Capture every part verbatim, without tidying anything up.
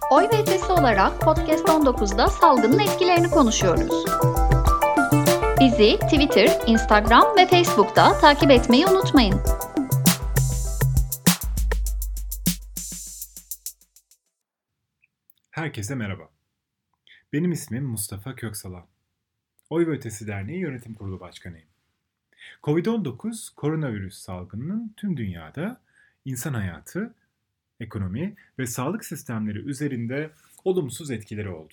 Oy ve Ötesi olarak Podcast on dokuzda salgının etkilerini konuşuyoruz. Bizi Twitter, Instagram ve Facebook'ta takip etmeyi unutmayın. Herkese merhaba. Benim ismim Mustafa Köksal'a. Oy ve Ötesi Derneği Yönetim Kurulu Başkanıyım. kovid on dokuz koronavirüs salgınının tüm dünyada insan hayatı, ekonomi ve sağlık sistemleri üzerinde olumsuz etkileri oldu.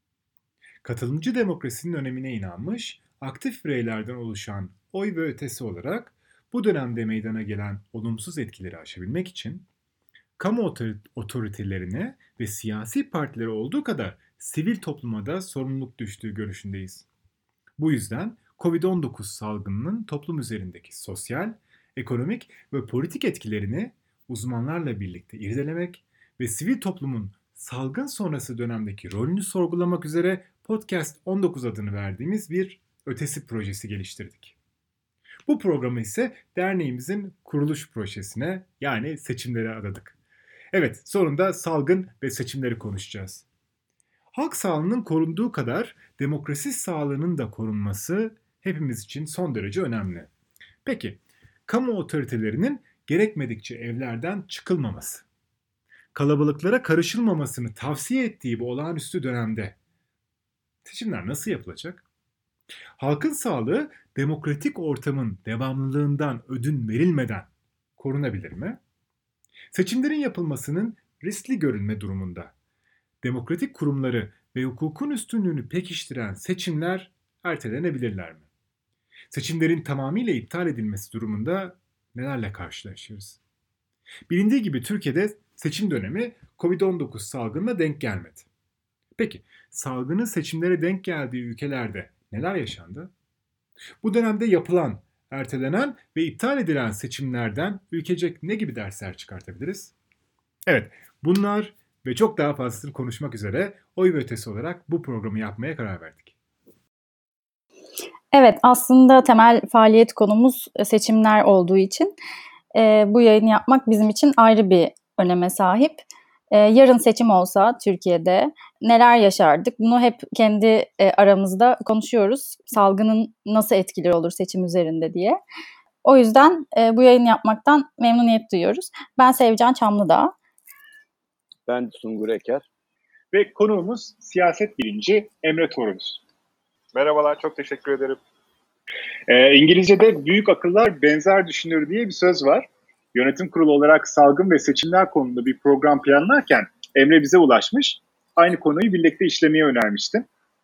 Katılımcı demokrasinin önemine inanmış, aktif bireylerden oluşan Oy ve Ötesi olarak bu dönemde meydana gelen olumsuz etkileri aşabilmek için kamu otoritelerine ve siyasi partilere olduğu kadar sivil topluma da sorumluluk düştüğü görüşündeyiz. Bu yüzden kovid on dokuz salgınının toplum üzerindeki sosyal, ekonomik ve politik etkilerini uzmanlarla birlikte irdelemek ve sivil toplumun salgın sonrası dönemdeki rolünü sorgulamak üzere Podcast on dokuz adını verdiğimiz bir ötesi projesi geliştirdik. Bu programı ise derneğimizin kuruluş projesine, yani seçimlere adadık. Evet, sonunda salgın ve seçimleri konuşacağız. Halk sağlığının korunduğu kadar demokrasi sağlığının da korunması hepimiz için son derece önemli. Peki, kamu otoritelerinin gerekmedikçe evlerden çıkılmaması, kalabalıklara karışılmamasını tavsiye ettiği bu olağanüstü dönemde seçimler nasıl yapılacak? Halkın sağlığı demokratik ortamın devamlılığından ödün verilmeden korunabilir mi? Seçimlerin yapılmasının riskli görülme durumunda demokratik kurumları ve hukukun üstünlüğünü pekiştiren seçimler ertelenebilirler mi? Seçimlerin tamamıyla iptal edilmesi durumunda nelerle karşılaşırız? Bilindiği gibi Türkiye'de seçim dönemi kovid on dokuz salgınına denk gelmedi. Peki, salgının seçimlere denk geldiği ülkelerde neler yaşandı? Bu dönemde yapılan, ertelenen ve iptal edilen seçimlerden ülkecek ne gibi dersler çıkartabiliriz? Evet, bunlar ve çok daha fazlasını konuşmak üzere Oy ve Ötesi olarak bu programı yapmaya karar verdik. Evet, aslında temel faaliyet konumuz seçimler olduğu için e, bu yayını yapmak bizim için ayrı bir öneme sahip. E, yarın seçim olsa Türkiye'de neler yaşardık? Bunu hep kendi e, aramızda konuşuyoruz. Salgının nasıl etkileri olur seçim üzerinde diye. O yüzden e, bu yayını yapmaktan memnuniyet duyuyoruz. Ben Sevcan Çamlıdağ. Ben Sungur Eker. Ve konuğumuz siyaset bilimci Emre Torunuz. Merhabalar, çok teşekkür ederim. Ee, İngilizce'de büyük akıllar benzer düşünür diye bir söz var. Yönetim kurulu olarak salgın ve seçimler konusunda bir program planlarken Emre bize ulaşmış. Aynı konuyu birlikte işlemeye önermişti.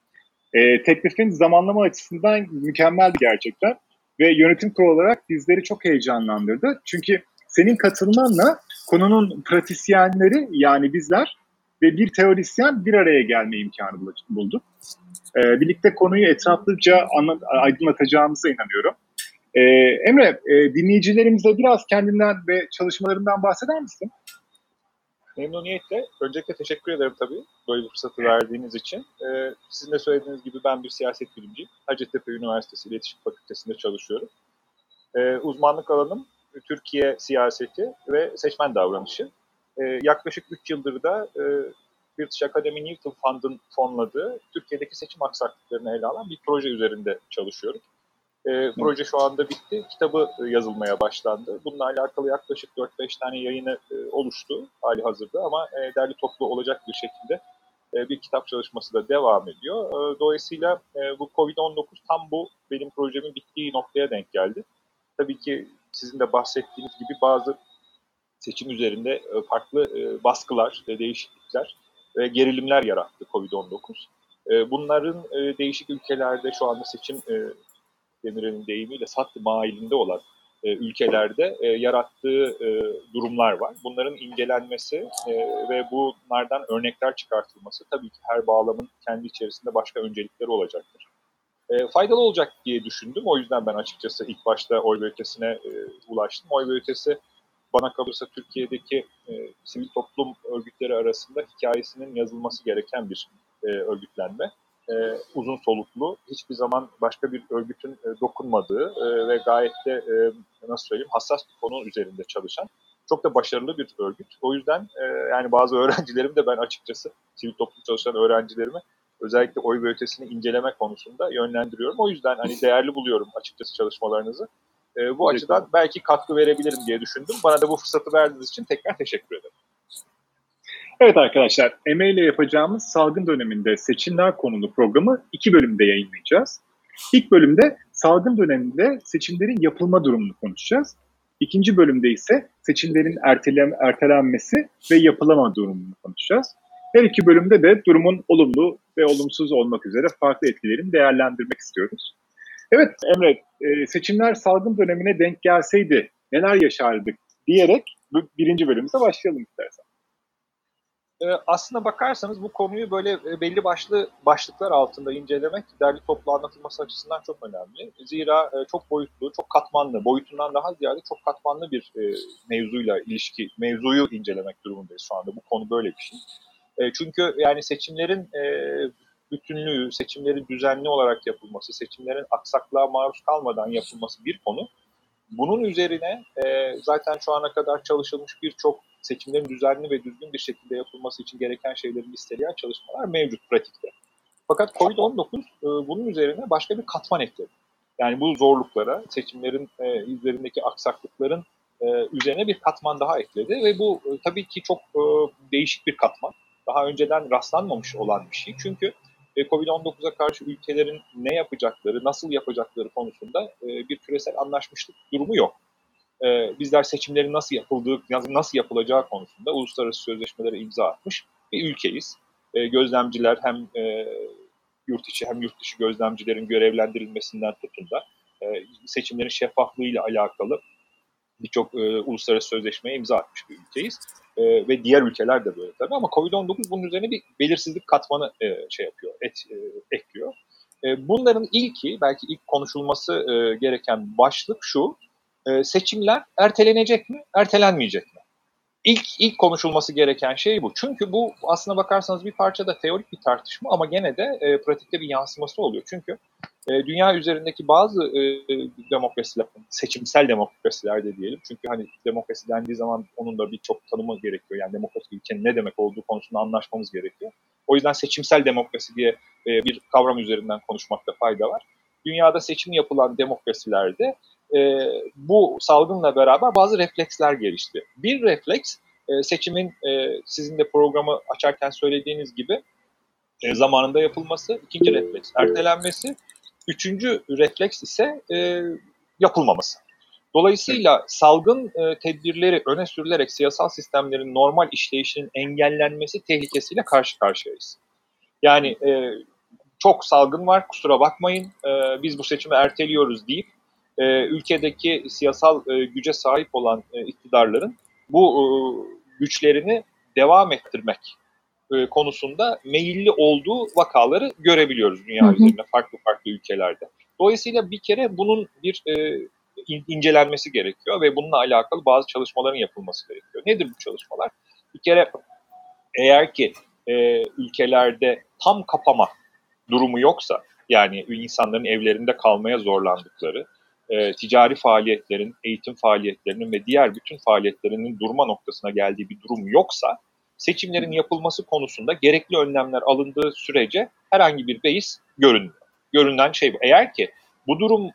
Ee, teklifin zamanlama açısından mükemmeldi gerçekten. Ve yönetim kurulu olarak bizleri çok heyecanlandırdı. Çünkü senin katılmanla konunun pratisyenleri, yani bizler ve bir teorisyen bir araya gelme imkanı bulduk. Ee, birlikte konuyu etraflıca anla- aydınlatacağımıza inanıyorum. Ee, Emre, e, dinleyicilerimize biraz kendinden ve çalışmalarından bahseder misin? Memnuniyetle. Öncelikle teşekkür ederim tabii böyle bir fırsatı verdiğiniz için. Ee, sizin de söylediğiniz gibi ben bir siyaset bilimciyim. Hacettepe Üniversitesi İletişim Fakültesi'nde çalışıyorum. Ee, uzmanlık alanım Türkiye siyaseti ve seçmen davranışı. Ee, yaklaşık üç yıldır da e, British Academy Newton Fund'ın fonladığı Türkiye'deki seçim aksaklıklarını ele alan bir proje üzerinde çalışıyorum. E, proje şu anda bitti. Kitabı e, yazılmaya başlandı. Bununla alakalı yaklaşık dört beş tane yayını e, oluştu hali hazırda ama e, derli toplu olacak bir şekilde e, bir kitap çalışması da devam ediyor. E, dolayısıyla e, bu kovid on dokuz tam bu benim projemin bittiği noktaya denk geldi. Tabii ki sizin de bahsettiğiniz gibi bazı seçim üzerinde e, farklı e, baskılar, e, değişiklikler ve gerilimler yarattı kovid on dokuz. E, bunların e, değişik ülkelerde şu anda seçim e, Demirel'in deyimiyle sat mailinde olan e, ülkelerde e, yarattığı e, durumlar var. Bunların incelenmesi e, ve bunlardan örnekler çıkartılması tabii ki her bağlamın kendi içerisinde başka öncelikleri olacaktır. E, faydalı olacak diye düşündüm. O yüzden ben açıkçası ilk başta Oy ve Ötesi'ne e, ulaştım. Oy ve Ötesi bana kalırsa Türkiye'deki e, sivil toplum örgütleri arasında hikayesinin yazılması gereken bir e, örgütlenme. E, uzun soluklu, hiçbir zaman başka bir örgütün e, dokunmadığı e, ve gayet de e, nasıl söyleyeyim hassas bir konu üzerinde çalışan Çok da başarılı bir örgüt. O yüzden e, yani bazı öğrencilerim de ben açıkçası sivil toplum çalışan öğrencilerimi özellikle oy ve ötesini inceleme konusunda yönlendiriyorum. O yüzden hani değerli buluyorum açıkçası çalışmalarınızı. E, bu açıdan belki katkı verebilirim diye düşündüm. Bana da bu fırsatı verdiğiniz için tekrar teşekkür ederim. Evet arkadaşlar, Emre ile yapacağımız salgın döneminde seçimler konulu programı iki bölümde yayınlayacağız. İlk bölümde salgın döneminde seçimlerin yapılma durumunu konuşacağız. İkinci bölümde ise seçimlerin ertelen, ertelenmesi ve yapılama durumunu konuşacağız. Her iki bölümde de durumun olumlu ve olumsuz olmak üzere farklı etkilerini değerlendirmek istiyoruz. Evet Emre, seçimler salgın dönemine denk gelseydi neler yaşardık diyerek birinci bölümümüze başlayalım istersen. Aslına bakarsanız bu konuyu böyle belli başlı başlıklar altında incelemek derli toplu anlatılması açısından çok önemli. Zira çok boyutlu, çok katmanlı, boyutundan daha ziyade çok katmanlı bir mevzuyla ilişki, mevzuyu incelemek durumundayız şu anda. Bu konu böyle bir şey. Çünkü yani seçimlerin bütünlüğü, seçimlerin düzenli olarak yapılması, seçimlerin aksaklığa maruz kalmadan yapılması bir konu. Bunun üzerine e, zaten şu ana kadar çalışılmış birçok seçimlerin düzenli ve düzgün bir şekilde yapılması için gereken şeyleri listeleyen çalışmalar mevcut pratikte. Fakat kovid on dokuz e, bunun üzerine başka bir katman ekledi. Yani bu zorluklara, seçimlerin e, üzerindeki aksaklıkların e, üzerine bir katman daha ekledi ve bu e, tabii ki çok e, değişik bir katman. Daha önceden rastlanmamış olan bir şey. Çünkü kovid on dokuza karşı ülkelerin ne yapacakları, nasıl yapacakları konusunda bir küresel anlaşmışlık durumu yok. Bizler seçimlerin nasıl yapıldığı, nasıl yapılacağı konusunda uluslararası sözleşmelere imza atmış bir ülkeyiz. Gözlemciler hem yurt içi hem yurt dışı gözlemcilerin görevlendirilmesinden tutun da seçimlerin şeffaflığıyla alakalı birçok e, uluslararası sözleşmeye imza atmış bir ülkeyiz. E, ve diğer ülkeler de böyle tabii ama kovid on dokuz bunun üzerine bir belirsizlik katmanı e, şey yapıyor, et, e, ekliyor. E, bunların ilki, belki ilk konuşulması e, gereken başlık şu, e, seçimler ertelenecek mi, ertelenmeyecek mi? İlk, ilk konuşulması gereken şey bu. Çünkü bu aslına bakarsanız bir parça da teorik bir tartışma ama gene de e, pratikte bir yansıması oluyor. Çünkü e, dünya üzerindeki bazı e, demokrasiler, seçimsel demokrasiler de diyelim. Çünkü hani demokrasi dendiği zaman onun da birçok tanımı gerekiyor. Yani demokratik ülkenin ne demek olduğu konusunda anlaşmamız gerekiyor. O yüzden seçimsel demokrasi diye e, bir kavram üzerinden konuşmakta fayda var. Dünyada seçim yapılan demokrasilerde e, bu salgınla beraber bazı refleksler gelişti. Bir refleks e, seçimin e, sizin de programı açarken söylediğiniz gibi e, zamanında yapılması, ikinci refleks ertelenmesi, üçüncü refleks ise e, yapılmaması. Dolayısıyla salgın e, tedbirleri öne sürülerek siyasal sistemlerin normal işleyişinin engellenmesi tehlikesiyle karşı karşıyayız. Yani e, çok salgın var, kusura bakmayın, e, biz bu seçimi erteliyoruz deyip e, ülkedeki siyasal e, güce sahip olan e, iktidarların bu e, güçlerini devam ettirmek e, konusunda meyilli olduğu vakaları görebiliyoruz dünya hı hı. üzerinde farklı farklı ülkelerde. Dolayısıyla bir kere bunun bir e, incelenmesi gerekiyor ve bununla alakalı bazı çalışmaların yapılması gerekiyor. Nedir bu çalışmalar? Bir kere eğer ki e, ülkelerde tam kapama durumu yoksa, yani insanların evlerinde kalmaya zorlandıkları, e, ticari faaliyetlerin, eğitim faaliyetlerinin ve diğer bütün faaliyetlerinin durma noktasına geldiği bir durum yoksa, seçimlerin yapılması konusunda gerekli önlemler alındığı sürece herhangi bir beis görünmüyor. Görünen şey bu. Eğer ki bu durum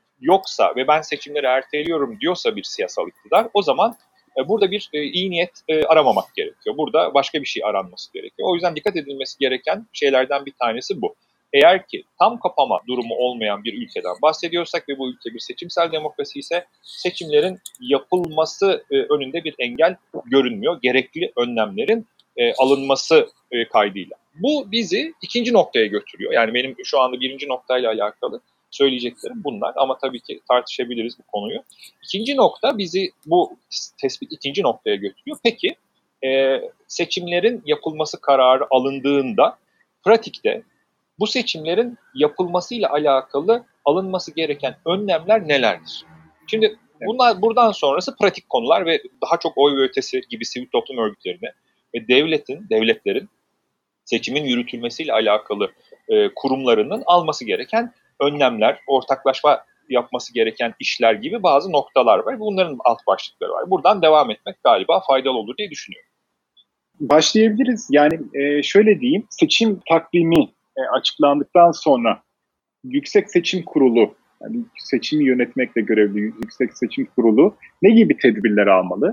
yoksa ve ben seçimleri erteliyorum diyorsa bir siyasal iktidar, o zaman e, burada bir e, iyi niyet e, aramamak gerekiyor. Burada başka bir şey aranması gerekiyor. O yüzden dikkat edilmesi gereken şeylerden bir tanesi bu. Eğer ki tam kapama durumu olmayan bir ülkeden bahsediyorsak ve bu ülke bir seçimsel demokrasi ise seçimlerin yapılması e, önünde bir engel görünmüyor. Gerekli önlemlerin e, alınması e, kaydıyla. Bu bizi ikinci noktaya götürüyor. Yani benim şu anda birinci noktayla alakalı söyleyeceklerim bunlar ama tabii ki tartışabiliriz bu konuyu. İkinci nokta bizi bu tespit ikinci noktaya götürüyor. Peki e, seçimlerin yapılması kararı alındığında pratikte bu seçimlerin yapılmasıyla alakalı alınması gereken önlemler nelerdir? Şimdi bunlar buradan sonrası pratik konular ve daha çok oy ve ötesi gibi sivil toplum örgütlerine ve devletin, devletlerin seçimin yürütülmesiyle alakalı e, kurumlarının alması gereken önlemler, ortaklaşma yapması gereken işler gibi bazı noktalar var. Bunların alt başlıkları var. Buradan devam etmek galiba faydalı olur diye düşünüyorum. Başlayabiliriz. Yani e, şöyle diyeyim, seçim takvimi e, açıklandıktan sonra Yüksek Seçim Kurulu, yani seçimi yönetmekle görevli Yüksek Seçim Kurulu ne gibi tedbirler almalı?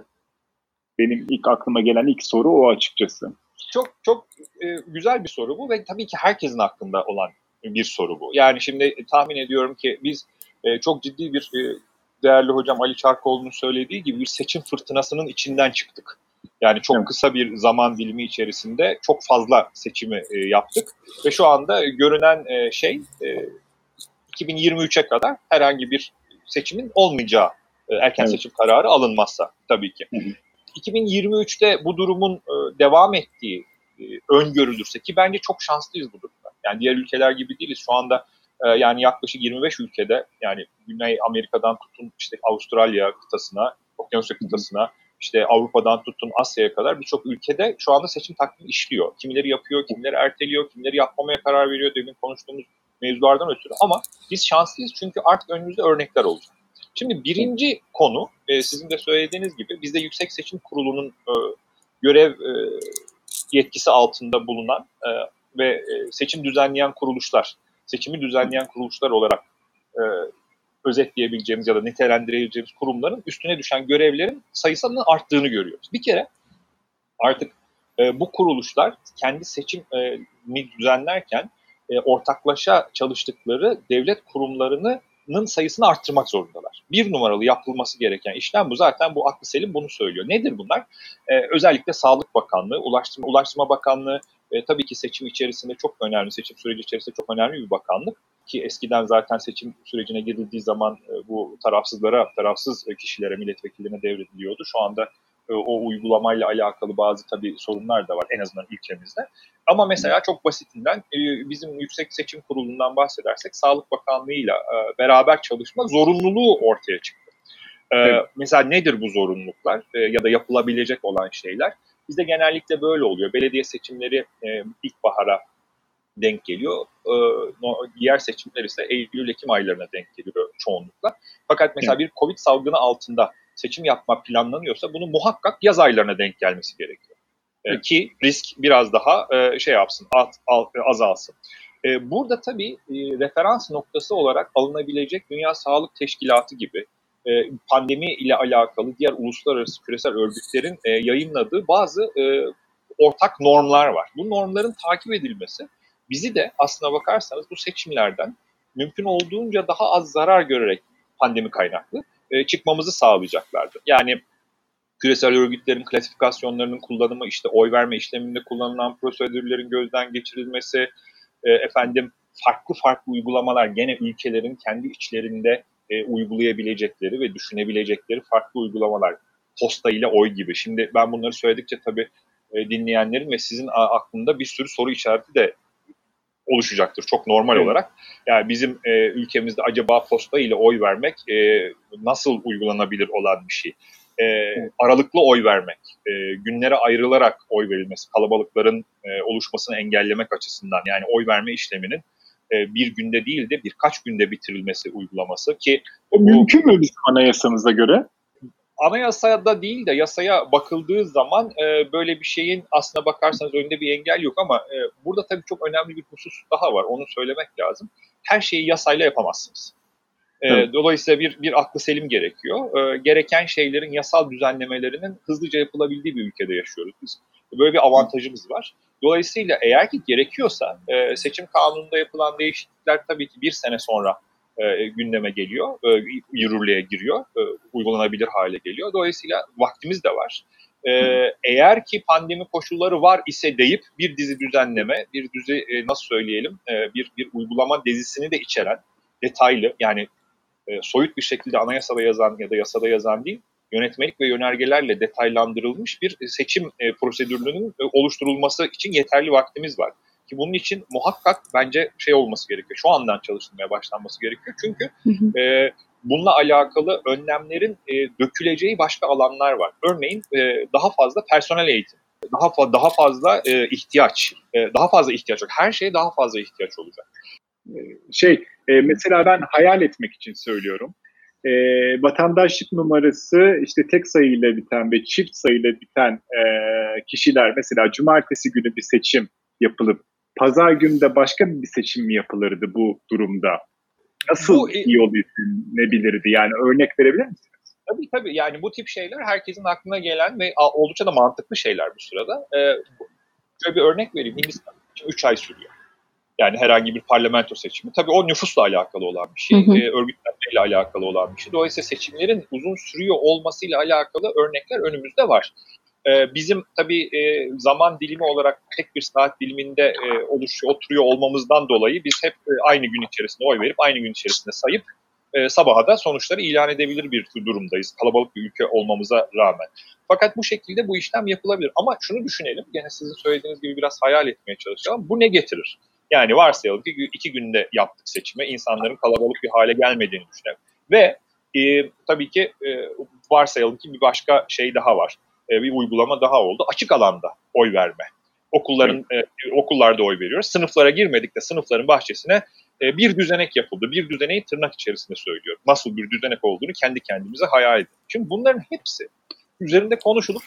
Benim ilk aklıma gelen ilk soru o açıkçası. Çok çok e, güzel bir soru bu ve tabii ki herkesin aklında olan bir soru bu. Yani şimdi e, tahmin ediyorum ki biz e, çok ciddi bir e, değerli hocam Ali Çarkoğlu'nun söylediği gibi bir seçim fırtınasının içinden çıktık. Yani çok evet. kısa bir zaman dilimi içerisinde çok fazla seçimi e, yaptık ve şu anda görünen e, şey e, iki bin yirmi üçe kadar herhangi bir seçimin olmayacağı e, erken evet. seçim kararı alınmazsa tabii ki. Hı hı. iki bin yirmi üçte bu durumun e, devam ettiği e, öngörülürse ki bence çok şanslıyız bu durumda. Yani diğer ülkeler gibi değiliz. Şu anda e, yani yaklaşık yirmi beş ülkede yani Güney Amerika'dan tutun işte Avustralya kıtasına, Okyanusya kıtasına, işte Avrupa'dan tutun Asya'ya kadar birçok ülkede şu anda seçim takvimi işliyor. Kimileri yapıyor, kimileri erteliyor, kimileri yapmamaya karar veriyor demin konuştuğumuz mevzulardan ötürü. Ama biz şanslıyız çünkü artık önümüzde örnekler olacak. Şimdi birinci konu, e, sizin de söylediğiniz gibi bizde Yüksek Seçim Kurulu'nun e, görev e, yetkisi altında bulunan e, ve e, seçim düzenleyen kuruluşlar, seçimi düzenleyen kuruluşlar olarak e, özetleyebileceğimiz ya da nitelendirebileceğimiz kurumların üstüne düşen görevlerin sayısının arttığını görüyoruz. Bir kere artık e, bu kuruluşlar kendi seçimi düzenlerken e, ortaklaşa çalıştıkları devlet kurumlarını sayısını arttırmak zorundalar. Bir numaralı yapılması gereken işlem bu. Zaten bu aklı selim bunu söylüyor. Nedir bunlar? Ee, özellikle Sağlık Bakanlığı, Ulaştırma, Ulaştırma Bakanlığı e, tabii ki seçim içerisinde çok önemli, seçim süreci içerisinde çok önemli bir bakanlık. Ki eskiden zaten seçim sürecine girildiği zaman e, bu tarafsızlara, tarafsız kişilere, milletvekillerine devrediliyordu. Şu anda e, o uygulamayla alakalı bazı tabii sorunlar da var en azından ülkemizde. Ama mesela çok basitinden bizim Yüksek Seçim Kurulu'ndan bahsedersek Sağlık Bakanlığı'yla beraber çalışma zorunluluğu ortaya çıktı. Evet. Mesela nedir bu zorunluluklar ya da yapılabilecek olan şeyler? Bizde genellikle böyle oluyor. Belediye seçimleri ilkbahara denk geliyor. Diğer seçimler ise Eylül-Ekim aylarına denk geliyor çoğunlukla. Fakat mesela evet. bir Covid salgını altında seçim yapma planlanıyorsa bunun muhakkak yaz aylarına denk gelmesi gerekiyor. Evet. Ki risk biraz daha e, şey yapsın, alt, alt, azalsın. E, burada tabii e, referans noktası olarak alınabilecek Dünya Sağlık Teşkilatı gibi e, pandemi ile alakalı diğer uluslararası küresel örgütlerin e, yayınladığı bazı e, ortak normlar var. Bu normların takip edilmesi bizi de aslına bakarsanız bu seçimlerden mümkün olduğunca daha az zarar görerek pandemi kaynaklı e, çıkmamızı sağlayacaklardır. Yani küresel örgütlerin klasifikasyonlarının kullanımı, işte oy verme işleminde kullanılan prosedürlerin gözden geçirilmesi, e, efendim farklı farklı uygulamalar gene ülkelerin kendi içlerinde e, uygulayabilecekleri ve düşünebilecekleri farklı uygulamalar, posta ile oy gibi. Şimdi ben bunları söyledikçe tabii e, dinleyenlerin ve sizin aklında bir sürü soru işareti de oluşacaktır çok normal evet. olarak. Yani bizim e, ülkemizde acaba posta ile oy vermek e, nasıl uygulanabilir olan bir şey? E, aralıklı oy vermek, e, günlere ayrılarak oy verilmesi, kalabalıkların e, oluşmasını engellemek açısından yani oy verme işleminin e, bir günde değil de birkaç günde bitirilmesi uygulaması ki o bu, mümkün mü bizim anayasamıza göre? Anayasada değil de yasaya bakıldığı zaman e, böyle bir şeyin aslına bakarsanız önünde bir engel yok ama e, burada tabii çok önemli bir husus daha var. Onu söylemek lazım. Her şeyi yasayla yapamazsınız. E, dolayısıyla bir bir aklı selim gerekiyor. E, gereken şeylerin yasal düzenlemelerinin hızlıca yapılabildiği bir ülkede yaşıyoruz biz. Böyle bir avantajımız var. Dolayısıyla eğer ki gerekiyorsa e, seçim kanununda yapılan değişiklikler tabii ki bir sene sonra e, gündeme geliyor, e, yürürlüğe giriyor, e, uygulanabilir hale geliyor. Dolayısıyla vaktimiz de var. E, eğer ki pandemi koşulları var ise deyip bir dizi düzenleme, bir dizi e, nasıl söyleyelim, e, bir bir uygulama dizisini de içeren detaylı yani e, soyut bir şekilde anayasada yazan ya da yasada yazan değil, yönetmelik ve yönergelerle detaylandırılmış bir seçim e, prosedürünün e, oluşturulması için yeterli vaktimiz var. Ki bunun için muhakkak bence şey olması gerekiyor. Şu andan çalışılmaya başlanması gerekiyor. Çünkü hı hı. E, bununla alakalı önlemlerin e, döküleceği başka alanlar var. Örneğin e, daha fazla personel eğitim, daha fa- daha fazla e, ihtiyaç, e, daha fazla ihtiyaç yok. Her şeye daha fazla ihtiyaç olacak. Şey, e, mesela ben hayal etmek için söylüyorum. E, vatandaşlık numarası işte tek sayıyla biten ve çift sayıyla biten e, kişiler mesela cumartesi günü bir seçim yapılıp pazar günü de başka bir seçim mi yapılırdı bu durumda? Nasıl Bu, iyi yol izlenebilirdi? Yani örnek verebilir misiniz? Tabii tabii. Yani bu tip şeyler herkesin aklına gelen ve oldukça da mantıklı şeyler bu sırada. Ee, şöyle bir örnek vereyim. Hindistan üç ay sürüyor. Yani herhangi bir parlamento seçimi. Tabii o nüfusla alakalı olan bir şey, hı hı. e, örgütlenmeyle alakalı olan bir şey. Dolayısıyla seçimlerin uzun sürüyor olmasıyla alakalı örnekler önümüzde var. E, bizim tabii e, zaman dilimi olarak tek bir saat diliminde e, oluşuyor, oturuyor olmamızdan dolayı biz hep e, aynı gün içerisinde oy verip aynı gün içerisinde sayıp e, sabaha da sonuçları ilan edebilir bir durumdayız. Kalabalık bir ülke olmamıza rağmen. Fakat bu şekilde bu işlem yapılabilir. Ama şunu düşünelim, gene sizin söylediğiniz gibi biraz hayal etmeye çalışalım. Bu ne getirir? Yani varsayalım ki iki günde yaptık seçimi, insanların kalabalık bir hale gelmediğini düşünelim. Ve e, tabii ki e, varsayalım ki bir başka şey daha var, e, bir uygulama daha oldu. Açık alanda oy verme. Okulların e, okullarda oy veriyoruz. Sınıflara girmedik de sınıfların bahçesine e, bir düzenek yapıldı. Bir düzeneği tırnak içerisinde söylüyorum. Nasıl bir düzenek olduğunu kendi kendimize hayal edin. Şimdi bunların hepsi üzerinde konuşulup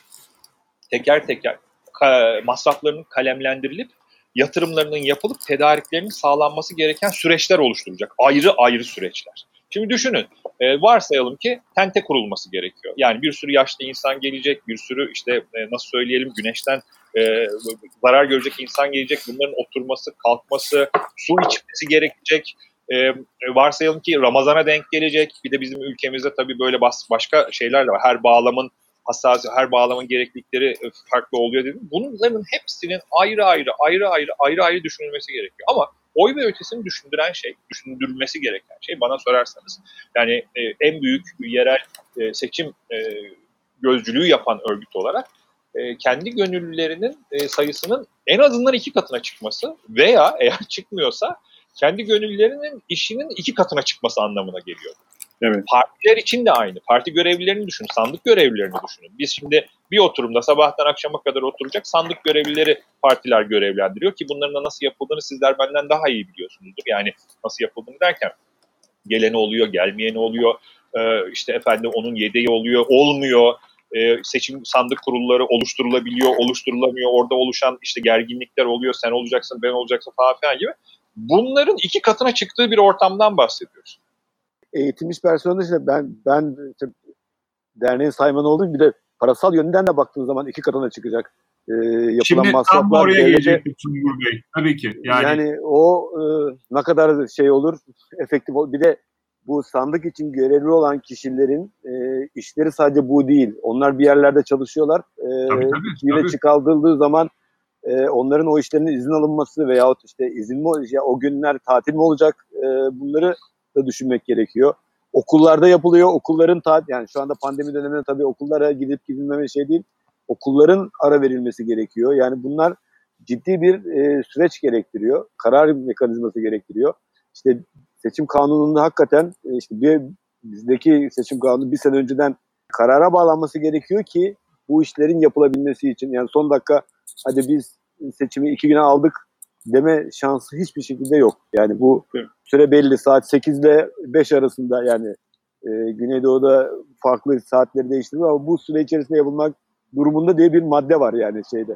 teker teker ka- masraflarının kalemlendirilip yatırımlarının yapılıp tedariklerinin sağlanması gereken süreçler oluşturacak. Ayrı ayrı süreçler. Şimdi düşünün, e, varsayalım ki tente kurulması gerekiyor. Yani bir sürü yaşlı insan gelecek, bir sürü işte e, nasıl söyleyelim güneşten e, zarar görecek insan gelecek. Bunların oturması, kalkması, su içmesi gerekecek. E, varsayalım ki Ramazan'a denk gelecek. Bir de bizim ülkemizde tabii böyle bas, başka şeyler de var. Her bağlamın hassas, her bağlamın gereklilikleri farklı oluyor dedim. Bunların hepsinin ayrı ayrı, ayrı ayrı, ayrı ayrı düşünülmesi gerekiyor. Ama oy ve ötesini düşündüren şey, düşündürülmesi gereken şey bana sorarsanız, yani e, en büyük yerel e, seçim e, gözcülüğü yapan örgüt olarak e, kendi gönüllülerinin e, sayısının en azından iki katına çıkması veya eğer çıkmıyorsa kendi gönüllülerinin işinin iki katına çıkması anlamına geliyor. Evet. Partiler için de aynı. Parti görevlilerini düşünün, sandık görevlilerini düşünün. Biz şimdi bir oturumda sabahtan akşama kadar oturacak sandık görevlileri partiler görevlendiriyor ki bunların da nasıl yapıldığını sizler benden daha iyi biliyorsunuzdur. Yani nasıl yapıldığını derken geleni oluyor, gelmeyeni oluyor, ee, işte efendim onun yedeği oluyor, olmuyor. Ee, seçim sandık kurulları oluşturulabiliyor, oluşturulamıyor. Orada oluşan işte gerginlikler oluyor, sen olacaksın, ben olacaksın falan filan gibi. Bunların iki katına çıktığı bir ortamdan bahsediyoruz. Eğitilmiş personel işte ben ben işte derneğin saymanı olduğum bir de parasal yönden de baktığın zaman iki katına çıkacak e, yapılan Şimdi masraflar. tam oraya devlete, gelecektik Sungur Bey. Tabii ki. Yani, yani o e, ne kadar şey olur, efektif olur. Bir de bu sandık için görevli olan kişilerin e, işleri sadece bu değil. Onlar bir yerlerde çalışıyorlar. E, tabii, tabii, iki güne tabii. çıkartıldığı zaman e, onların o işlerinin izin alınması veyahut işte izin mi olacak, o günler tatil mi olacak, e, bunları da düşünmek gerekiyor. Okullarda yapılıyor. Okulların tatil, yani şu anda pandemi döneminde tabii okullara gidip gidilmeme şey değil. Okulların ara verilmesi gerekiyor. Yani bunlar ciddi bir e, süreç gerektiriyor. Karar mekanizması gerektiriyor. İşte seçim kanununda hakikaten e, işte bir, bizdeki seçim kanunu bir sene önceden karara bağlanması gerekiyor ki bu işlerin yapılabilmesi için. Yani son dakika hadi biz seçimi iki güne aldık deme şansı hiçbir şekilde yok. Yani bu süre belli. Saat sekiz ile beş arasında, yani e, Güneydoğu'da farklı saatleri değiştiriyor ama bu süre içerisinde yapılmak durumunda diye bir madde var yani şeyde.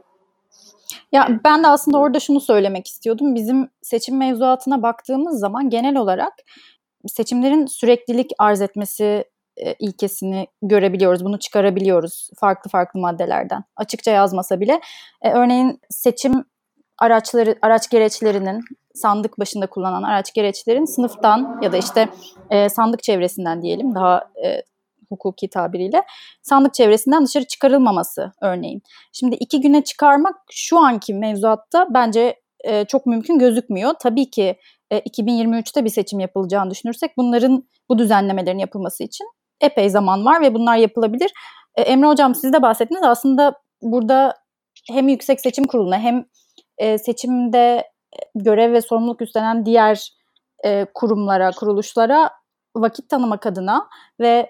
Ya ben de aslında orada şunu söylemek istiyordum. Bizim seçim mevzuatına baktığımız zaman genel olarak seçimlerin süreklilik arz etmesi e, ilkesini görebiliyoruz. Bunu çıkarabiliyoruz farklı farklı maddelerden. Açıkça yazmasa bile. E, örneğin seçim araçları, araç gereçlerinin, sandık başında kullanılan araç gereçlerin sınıftan ya da işte e, sandık çevresinden diyelim daha e, hukuki tabiriyle sandık çevresinden dışarı çıkarılmaması örneğin. Şimdi iki güne çıkarmak şu anki mevzuatta bence e, çok mümkün gözükmüyor. Tabii ki e, iki bin yirmi üçte bir seçim yapılacağını düşünürsek bunların, bu düzenlemelerin yapılması için epey zaman var ve bunlar yapılabilir. E, Emre Hocam siz de bahsettiniz. Aslında burada hem Yüksek Seçim Kurulu'na hem e, seçimde görev ve sorumluluk üstlenen diğer e, kurumlara, kuruluşlara vakit tanımak adına ve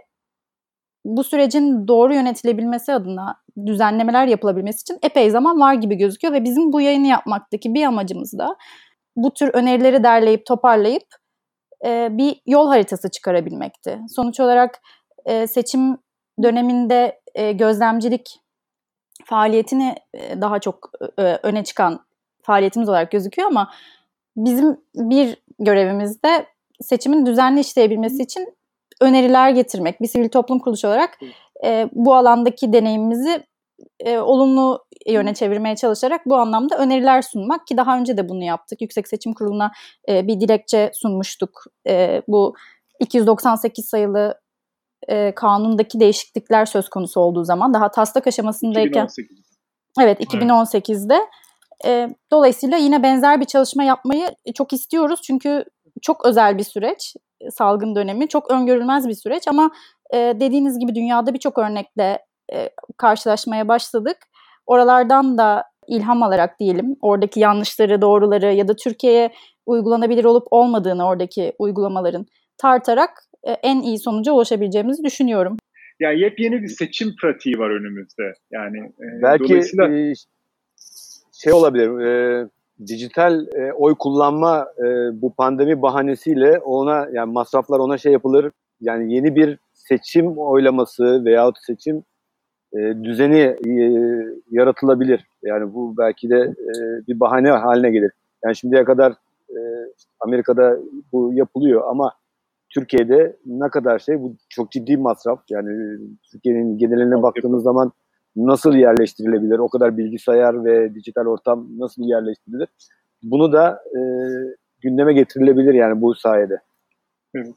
bu sürecin doğru yönetilebilmesi adına düzenlemeler yapılabilmesi için epey zaman var gibi gözüküyor ve bizim bu yayını yapmaktaki bir amacımız da bu tür önerileri derleyip toparlayıp e, bir yol haritası çıkarabilmekti. Sonuç olarak e, seçim döneminde e, gözlemcilik faaliyetini e, daha çok e, öne çıkan faaliyetimiz olarak gözüküyor ama bizim bir görevimiz de seçimin düzenli işleyebilmesi için öneriler getirmek. Bir sivil toplum kuruluşu olarak e, bu alandaki deneyimimizi e, olumlu yöne çevirmeye çalışarak bu anlamda öneriler sunmak, ki daha önce de bunu yaptık. Yüksek Seçim Kurulu'na e, bir dilekçe sunmuştuk. E, bu iki yüz doksan sekiz sayılı e, kanundaki değişiklikler söz konusu olduğu zaman, daha taslak aşamasındayken. iki bin on sekiz. Evet, iki bin on sekizde. E, dolayısıyla yine benzer bir çalışma yapmayı çok istiyoruz. Çünkü çok özel bir süreç, salgın dönemi. Çok öngörülmez bir süreç ama e, dediğiniz gibi dünyada birçok örnekle e, karşılaşmaya başladık. Oralardan da ilham alarak diyelim, oradaki yanlışları, doğruları ya da Türkiye'ye uygulanabilir olup olmadığını oradaki uygulamaların tartarak e, en iyi sonuca ulaşabileceğimizi düşünüyorum. Yani yepyeni bir seçim pratiği var önümüzde. Yani e, belki dolayısıyla e, şey olabilir. E, dijital e, oy kullanma e, bu pandemi bahanesiyle ona, yani masraflar ona şey yapılır. Yani yeni bir seçim oylaması veyahut seçim e, düzeni e, yaratılabilir. Yani bu belki de e, bir bahane haline gelir. Yani şimdiye kadar e, Amerika'da bu yapılıyor ama Türkiye'de ne kadar şey, bu çok ciddi masraf. Yani Türkiye'nin geneline baktığımız zaman nasıl yerleştirilebilir? O kadar bilgisayar ve dijital ortam nasıl yerleştirilir? Bunu da e, gündeme getirilebilir yani bu sayede. Evet.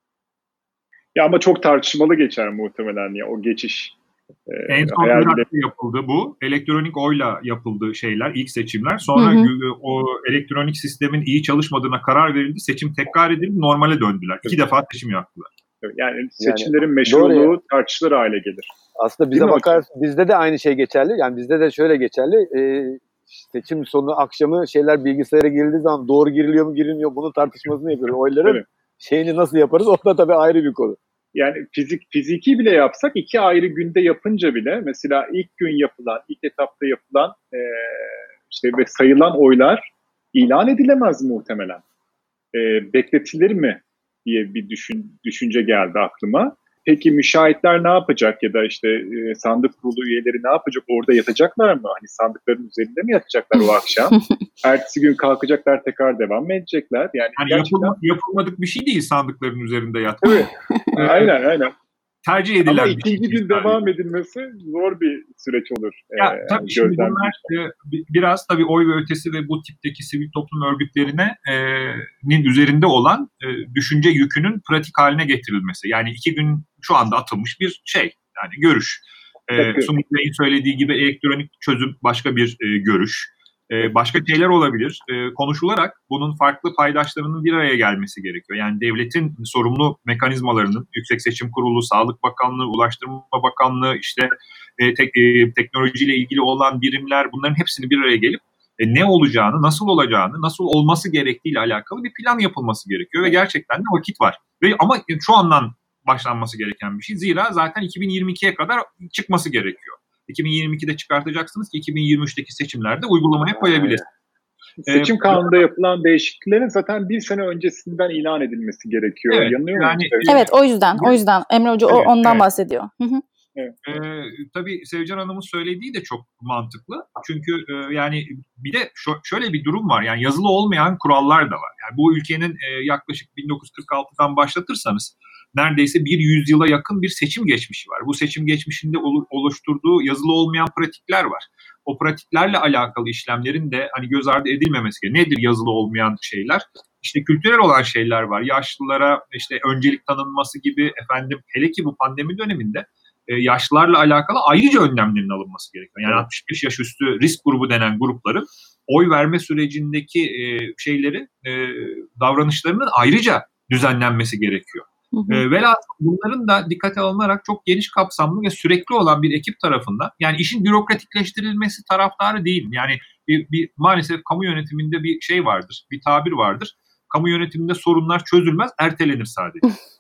Ya ama çok tartışmalı geçer muhtemelen ya o geçiş. Ee, en son Irak'ta yapıldı bu. Elektronik oyla yapıldı şeyler, ilk seçimler. Sonra hı hı. o elektronik sistemin iyi çalışmadığına karar verildi. Seçim tekrar edildi, normale döndüler. İki evet. defa seçim yaptılar. Yani seçimlerin yani, meşruluğu tartışılır hale gelir. Aslında bize bakar, bizde de aynı şey geçerli. Yani bizde de şöyle geçerli. E, seçim sonu akşamı şeyler bilgisayara girildiği zaman doğru giriliyor mu girilmiyor, bunun tartışmasını yapıyoruz. Oyların evet. şeyini nasıl yaparız, o da tabii ayrı bir konu. Yani fizik fiziki bile yapsak iki ayrı günde yapınca bile mesela ilk gün yapılan, ilk etapta yapılan e, işte ve sayılan oylar ilan edilemez muhtemelen. E, bekletilir mi diye bir düşün, düşünce geldi aklıma. Peki müşahitler ne yapacak ya da işte e, sandık kurulu üyeleri ne yapacak? Orada yatacaklar mı? Hani sandıkların üzerinde mi yatacaklar o akşam? Ertesi gün kalkacaklar, tekrar devam mı edecekler? Yani, yani gerçekten... yapılma, yapılmadık bir şey değil sandıkların üzerinde yatmak. Evet. aynen aynen. Tercih edilen ama bir ikinci şey. gün devam edilmesi zor bir süreç olur. Ya, e, tabii şimdi bunlar e, biraz tabii oy ve ötesi ve bu tipteki sivil toplum örgütlerine e, nin üzerinde olan e, düşünce yükünün pratik haline getirilmesi. Yani iki gün şu anda atılmış bir şey, yani görüş. E, Sumut Bey'in söylediği gibi elektronik çözüm başka bir e, görüş. E, başka şeyler olabilir. E, konuşularak bunun farklı paydaşlarının bir araya gelmesi gerekiyor. Yani devletin sorumlu mekanizmalarının, Yüksek Seçim Kurulu, Sağlık Bakanlığı, Ulaştırma Bakanlığı, işte e, tek, e, teknolojiyle ilgili olan birimler, bunların hepsini bir araya gelip e, ne olacağını, nasıl olacağını, nasıl olması gerektiğiyle alakalı bir plan yapılması gerekiyor ve gerçekten de vakit var. Ve ama şu andan başlanması gereken bir şey. Zira zaten iki bin yirmi ikiye kadar çıkması gerekiyor. iki bin yirmi ikide çıkartacaksınız ki iki bin yirmi üçteki seçimlerde uygulamaya koyabilir. Seçim ee, kanununda yapılan değişikliklerin zaten bir sene öncesinden ilan edilmesi gerekiyor. Evet, Yanıyor yani, mu? Evet, o yüzden. O yüzden Emre Hoca evet, ondan evet. bahsediyor. Hı hı. Evet. Ee, tabii Sevcan Hanım'ın söylediği de çok mantıklı. Çünkü e, yani bir de şö- şöyle bir durum var. Yani yazılı olmayan kurallar da var. Yani bu ülkenin e, yaklaşık bin dokuz yüz kırk altıdan başlatırsanız neredeyse bir yüzyıla yakın bir seçim geçmişi var. Bu seçim geçmişinde oluşturduğu yazılı olmayan pratikler var. O pratiklerle alakalı işlemlerin de hani göz ardı edilmemesi gerekiyor. Nedir yazılı olmayan şeyler? İşte kültürel olan şeyler var. Yaşlılara işte öncelik tanınması gibi, efendim hele ki bu pandemi döneminde e, yaşlılarla alakalı ayrıca önlemlerin alınması gerekiyor. Yani evet. altmış beş yaş üstü risk grubu denen grupların oy verme sürecindeki e, şeyleri, e, davranışlarının ayrıca düzenlenmesi gerekiyor. Hı hı. E, velhasıl bunların da dikkate alınarak çok geniş kapsamlı ve sürekli olan bir ekip tarafından, yani işin bürokratikleştirilmesi taraftarı değilim. Yani bir, bir maalesef kamu yönetiminde bir şey vardır, bir tabir vardır. Kamu yönetiminde sorunlar çözülmez, ertelenir sadece.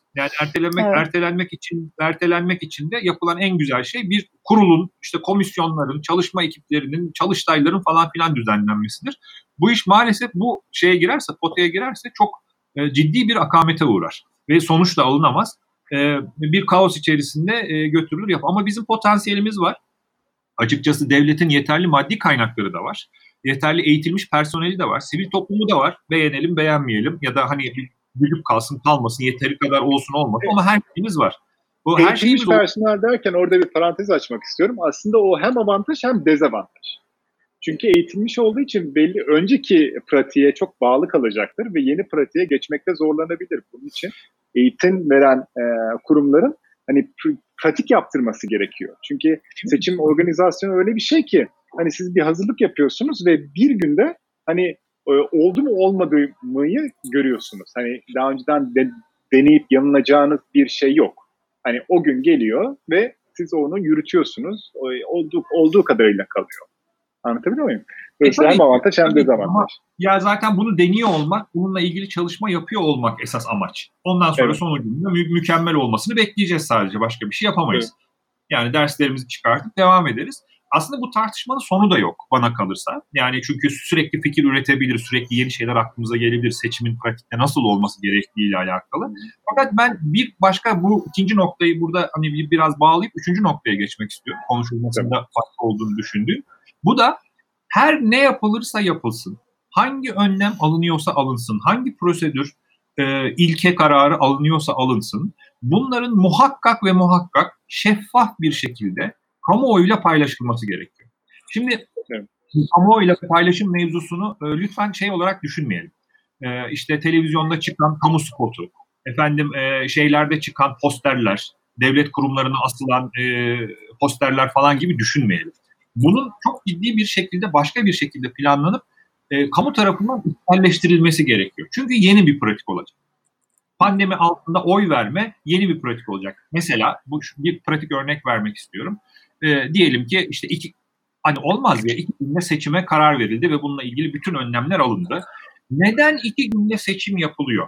Yani ertelenmek Evet. ertelenmek için ertelenmek için de yapılan en güzel şey bir kurulun, işte komisyonların, çalışma ekiplerinin, çalıştayların falan filan düzenlenmesidir. Bu iş maalesef bu şeye girerse, potaya girerse çok e, ciddi bir akamete uğrar ve sonuç da alınamaz. E, bir kaos içerisinde e, götürülür yap. Ama bizim potansiyelimiz var. Açıkçası devletin yeterli maddi kaynakları da var. Yeterli eğitilmiş personeli de var. Sivil toplumu da var. Beğenelim, beğenmeyelim ya da hani gülüp kalsın, kalmasın, yeteri kadar olsun olmasın ama her şeyimiz var. Bu her Eğitilmiş şeyimiz personel derken orada bir parantez açmak istiyorum. Aslında o hem avantaj hem dezavantaj. Çünkü eğitilmiş olduğu için belli önceki pratiğe çok bağlı kalacaktır ve yeni pratiğe geçmekte zorlanabilir. Bunun için eğitim veren e, kurumların hani pr- pratik yaptırması gerekiyor. Çünkü seçim organizasyonu öyle bir şey ki hani siz bir hazırlık yapıyorsunuz ve bir günde hani e, oldu mu olmadı mıyı görüyorsunuz. Hani daha önceden de, deneyip yanılacağınız bir şey yok. Hani o gün geliyor ve siz onu yürütüyorsunuz. O, olduğu, olduğu kadarıyla kalıyor. Anlatabiliyor muyum? Dolayısıyla E, hem avantaj hem tabii, dezavantaj. ama ya zaten bunu deniyor olmak, bununla ilgili çalışma yapıyor olmak esas amaç. Ondan sonra Evet. sonucunda mü- mükemmel olmasını bekleyeceğiz sadece. Başka bir şey yapamayız. Evet. Yani derslerimizi çıkartıp devam ederiz. Aslında bu tartışmanın sonu da yok bana kalırsa. Yani çünkü sürekli fikir üretebilir, sürekli yeni şeyler aklımıza gelebilir. Seçimin pratikte nasıl olması gerektiğiyle alakalı. Fakat ben bir başka bu ikinci noktayı burada hani bir, biraz bağlayıp üçüncü noktaya geçmek istiyorum. Konuşulmasında farklı olduğunu düşündüğüm. Bu da her ne yapılırsa yapılsın, hangi önlem alınıyorsa alınsın, hangi prosedür e, ilke kararı alınıyorsa alınsın, bunların muhakkak ve muhakkak şeffaf bir şekilde kamuoyuyla paylaşılması gerekiyor. Şimdi Evet. kamuoyuyla paylaşım mevzusunu e, lütfen şey olarak düşünmeyelim. E, işte televizyonda çıkan kamu spotu, efendim e, şeylerde çıkan posterler, devlet kurumlarına asılan e, posterler falan gibi düşünmeyelim. Bunun çok ciddi bir şekilde başka bir şekilde planlanıp e, kamu tarafından içselleştirilmesi gerekiyor. Çünkü yeni bir pratik olacak. Pandemi altında oy verme yeni bir pratik olacak. Mesela bu bir pratik örnek vermek istiyorum. E, diyelim ki işte iki hani olmaz ya iki günde seçime karar verildi ve bununla ilgili bütün önlemler alındı. Neden iki günde seçim yapılıyor?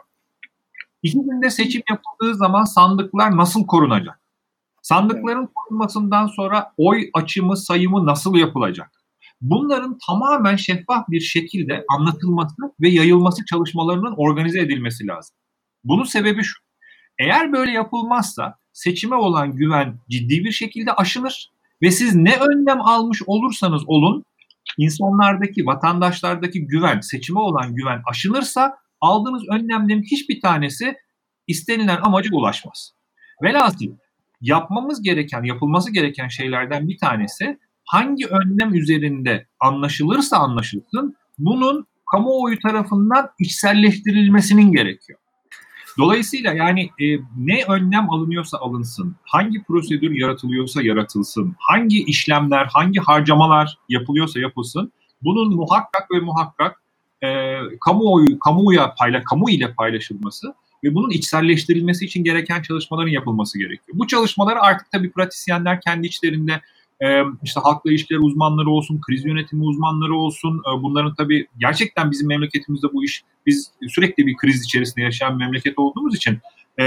İki günde seçim yapıldığı zaman sandıklar nasıl korunacak? Sandıkların korunmasından sonra oy açımı, sayımı nasıl yapılacak? Bunların tamamen şeffaf bir şekilde anlatılması ve yayılması çalışmalarının organize edilmesi lazım. Bunun sebebi şu. Eğer böyle yapılmazsa seçime olan güven ciddi bir şekilde aşınır ve siz ne önlem almış olursanız olun insanlardaki, vatandaşlardaki güven, seçime olan güven aşınırsa aldığınız önlemlerin hiçbir tanesi istenilen amaca ulaşmaz. Velhasıl yapmamız gereken, yapılması gereken şeylerden bir tanesi hangi önlem üzerinde anlaşılırsa anlaşılsın bunun kamuoyu tarafından içselleştirilmesinin gerekiyor. Dolayısıyla yani e, ne önlem alınıyorsa alınsın, hangi prosedür yaratılıyorsa yaratılsın, hangi işlemler, hangi harcamalar yapılıyorsa yapılsın, bunun muhakkak ve muhakkak e, kamuoyu, kamuoya payla, kamu ile paylaşılması ve bunun içselleştirilmesi için gereken çalışmaların yapılması gerekiyor. Bu çalışmaları artık tabii pratisyenler kendi içlerinde e, işte halkla ilişkiler uzmanları olsun, kriz yönetimi uzmanları olsun, e, bunların tabii gerçekten bizim memleketimizde bu iş, biz sürekli bir kriz içerisinde yaşayan bir memleket olduğumuz için e,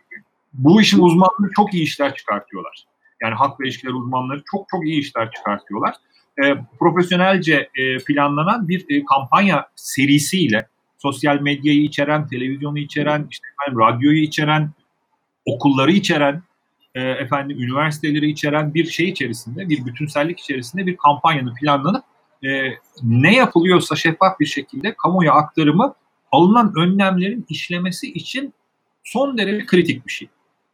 bu işin uzmanları çok iyi işler çıkartıyorlar. Yani halkla ilişkiler uzmanları çok çok iyi işler çıkartıyorlar. E, profesyonelce e, planlanan bir e, kampanya serisiyle sosyal medyayı içeren, televizyonu içeren, işte efendim, radyoyu içeren, okulları içeren, e, efendim üniversiteleri içeren bir şey içerisinde, bir bütünsellik içerisinde bir kampanyanın planlanıp e, ne yapılıyorsa şeffaf bir şekilde kamuoya aktarımı alınan önlemlerin işlemesi için son derece kritik bir şey.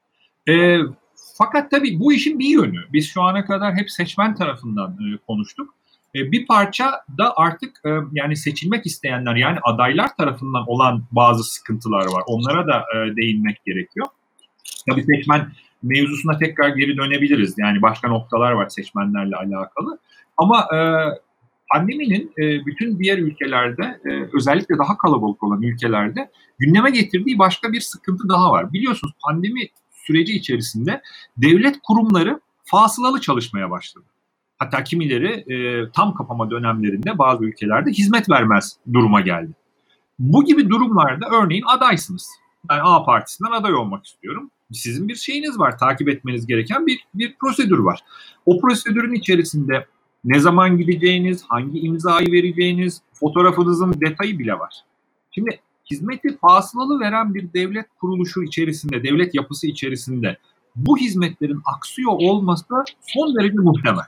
E, fakat tabii bu işin bir yönü. Biz şu ana kadar hep seçmen tarafından e, konuştuk. E, bir parça da artık e, yani seçilmek isteyenler yani adaylar tarafından olan bazı sıkıntılar var. Onlara da e, değinmek gerekiyor. Tabii seçmen mevzusuna tekrar geri dönebiliriz. Yani başka noktalar var seçmenlerle alakalı. Ama e, pandeminin e, bütün diğer ülkelerde e, özellikle daha kalabalık olan ülkelerde gündeme getirdiği başka bir sıkıntı daha var. Biliyorsunuz pandemi süreci içerisinde devlet kurumları fasılalı çalışmaya başladı. Hatta kimileri e, tam kapama dönemlerinde bazı ülkelerde hizmet vermez duruma geldi. Bu gibi durumlarda örneğin adaysınız. Ben A partisinden aday olmak istiyorum. Sizin bir şeyiniz var, takip etmeniz gereken bir, bir prosedür var. O prosedürün içerisinde ne zaman gideceğiniz, hangi imzayı vereceğiniz, fotoğrafınızın detayı bile var. Şimdi hizmeti fasılalı veren bir devlet kuruluşu içerisinde, devlet yapısı içerisinde bu hizmetlerin aksıyor olması son derece muhtemel.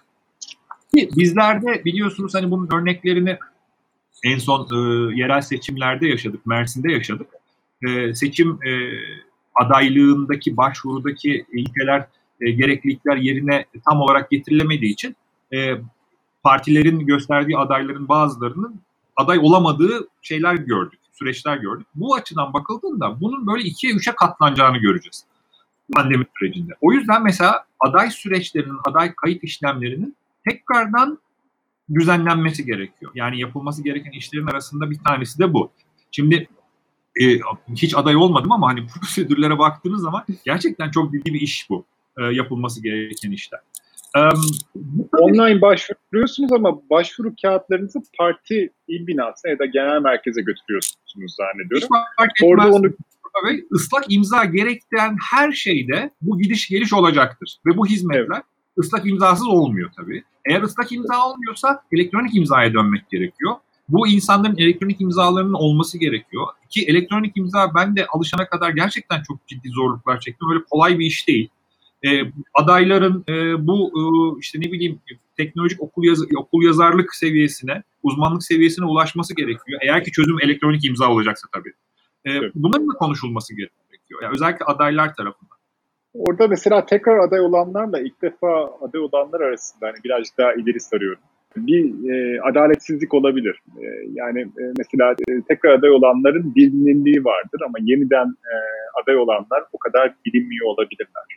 Bizlerde biliyorsunuz hani bunun örneklerini en son e, yerel seçimlerde yaşadık, Mersin'de yaşadık. E, seçim e, adaylığındaki, başvurudaki ilkeler, e, gereklilikler yerine tam olarak getirilemediği için e, partilerin gösterdiği adayların bazılarının aday olamadığı şeyler gördük, süreçler gördük. Bu açıdan bakıldığında bunun böyle ikiye üçe katlanacağını göreceğiz pandemi sürecinde. O yüzden mesela aday süreçlerinin, aday kayıt işlemlerinin tekrardan düzenlenmesi gerekiyor. Yani yapılması gereken işlerin arasında bir tanesi de bu. Şimdi e, hiç aday olmadım ama hani prosedürlere baktığınız zaman gerçekten çok ciddi bir iş bu. E, yapılması gereken işler. E, Online başvuruyorsunuz ama başvuru kağıtlarınızı parti il binasına ya da genel merkeze götürüyorsunuz zannediyorum. Orada onu ve ıslak imza gerektiren her şeyde bu gidiş geliş olacaktır. Ve bu hizmetler evet. ıslak imzasız olmuyor tabii. Eğer ıslak imza olmuyorsa elektronik imzaya dönmek gerekiyor. Bu insanların elektronik imzalarının olması gerekiyor. Ki elektronik imza ben de alışana kadar gerçekten çok ciddi zorluklar çektim. Böyle kolay bir iş değil. Ee, adayların e, bu e, işte ne bileyim teknolojik okul, yaz, okul yazarlık seviyesine, uzmanlık seviyesine ulaşması gerekiyor. Eğer ki çözüm elektronik imza olacaksa tabii. Ee, evet. Bunların da konuşulması gerekiyor. Yani özellikle adaylar tarafından. Orada mesela tekrar aday olanlarla ilk defa aday olanlar arasında hani birazcık daha ileri sarıyorum. Bir e, adaletsizlik olabilir. E, yani e, mesela e, tekrar aday olanların bilinirliği vardır ama yeniden e, aday olanlar o kadar bilinmiyor olabilirler.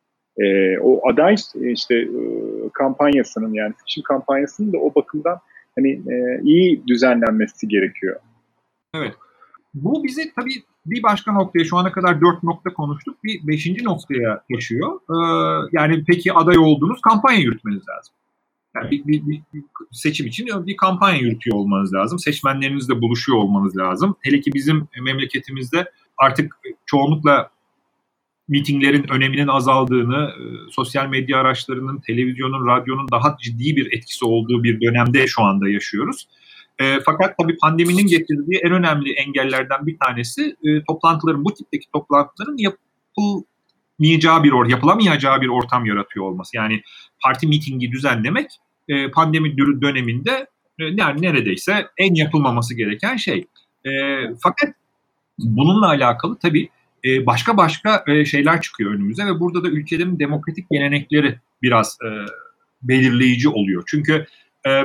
E, o aday işte e, kampanyasının yani seçim kampanyasının da o bakımdan hani e, iyi düzenlenmesi gerekiyor. Evet. Bu bizi tabii bir başka noktaya, şu ana kadar dört nokta konuştuk, bir beşinci noktaya taşıyor. Ee, yani peki aday oldunuz, kampanya yürütmeniz lazım. Yani bir, bir, bir seçim için bir kampanya yürütüyor olmanız lazım. Seçmenlerinizle buluşuyor olmanız lazım. Hele ki bizim memleketimizde artık çoğunlukla mitinglerin öneminin azaldığını, sosyal medya araçlarının, televizyonun, radyonun daha ciddi bir etkisi olduğu bir dönemde şu anda yaşıyoruz. E, fakat tabii pandeminin getirdiği en önemli engellerden bir tanesi e, toplantıların, bu tipteki toplantıların yapılmayacağı bir or, yapılamayacağı bir ortam yaratıyor olması. Yani parti mitingi düzenlemek e, pandemi döneminde e, yani neredeyse en yapılmaması gereken şey. E, fakat bununla alakalı tabii e, başka başka e, şeyler çıkıyor önümüze ve burada da ülkelerin demokratik gelenekleri biraz e, belirleyici oluyor. Çünkü e,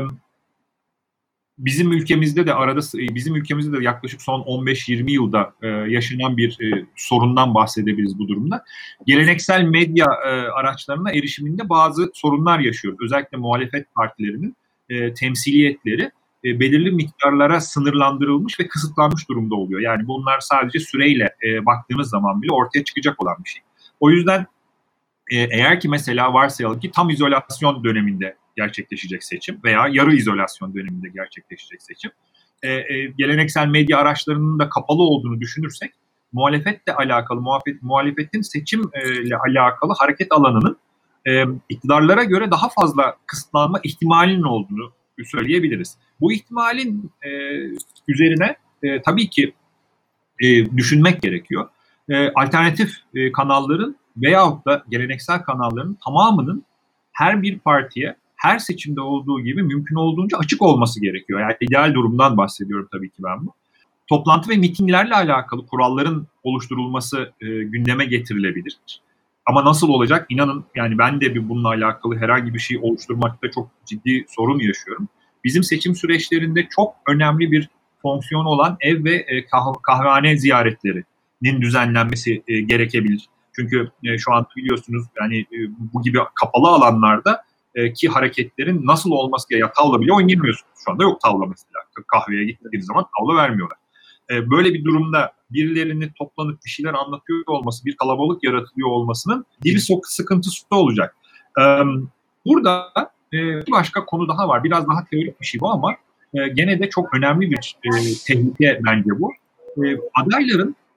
Bizim ülkemizde de arada bizim ülkemizde de yaklaşık son on beş yirmi yılda e, yaşanan bir e, sorundan bahsedebiliriz bu durumda. Geleneksel medya e, araçlarına erişiminde bazı sorunlar yaşıyoruz. Özellikle muhalefet partilerinin e, temsiliyetleri e, belirli miktarlara sınırlandırılmış ve kısıtlanmış durumda oluyor. Yani bunlar sadece süreyle e, baktığınız zaman bile ortaya çıkacak olan bir şey. O yüzden e, eğer ki mesela varsayalım ki tam izolasyon döneminde gerçekleşecek seçim veya yarı izolasyon döneminde gerçekleşecek seçim. Ee, e, geleneksel medya araçlarının da kapalı olduğunu düşünürsek muhalefetle alakalı, muhalefet, muhalefetin seçimle alakalı hareket alanının e, iktidarlara göre daha fazla kısıtlanma ihtimalinin olduğunu söyleyebiliriz. Bu ihtimalin e, üzerine e, tabii ki e, düşünmek gerekiyor. E, alternatif e, kanalların veyahut da geleneksel kanalların tamamının her bir partiye her seçimde olduğu gibi mümkün olduğunca açık olması gerekiyor. Yani ideal durumdan bahsediyorum tabii ki ben bu. Toplantı ve mitinglerle alakalı kuralların oluşturulması e, gündeme getirilebilir. Ama nasıl olacak? İnanın yani ben de bir bununla alakalı herhangi bir şey oluşturmakta çok ciddi sorun yaşıyorum. Bizim seçim süreçlerinde çok önemli bir fonksiyonu olan ev ve e, kah- kahvehane ziyaretlerinin düzenlenmesi e, gerekebilir. Çünkü e, şu an biliyorsunuz yani e, bu gibi kapalı alanlarda ki hareketlerin nasıl olması gerekiyor. Tavla bile oynayamıyorsunuz. Şu anda yok tavla mesela. Kahveye gittiğiniz zaman tavla vermiyorlar. Böyle bir durumda birilerinin toplanıp bir şeyler anlatıyor olması, bir kalabalık yaratılıyor olmasının bir sıkıntısı olacak. Burada bir başka konu daha var. Biraz daha teorik bir şey bu ama gene de çok önemli bir tehlike bence bu. Adayların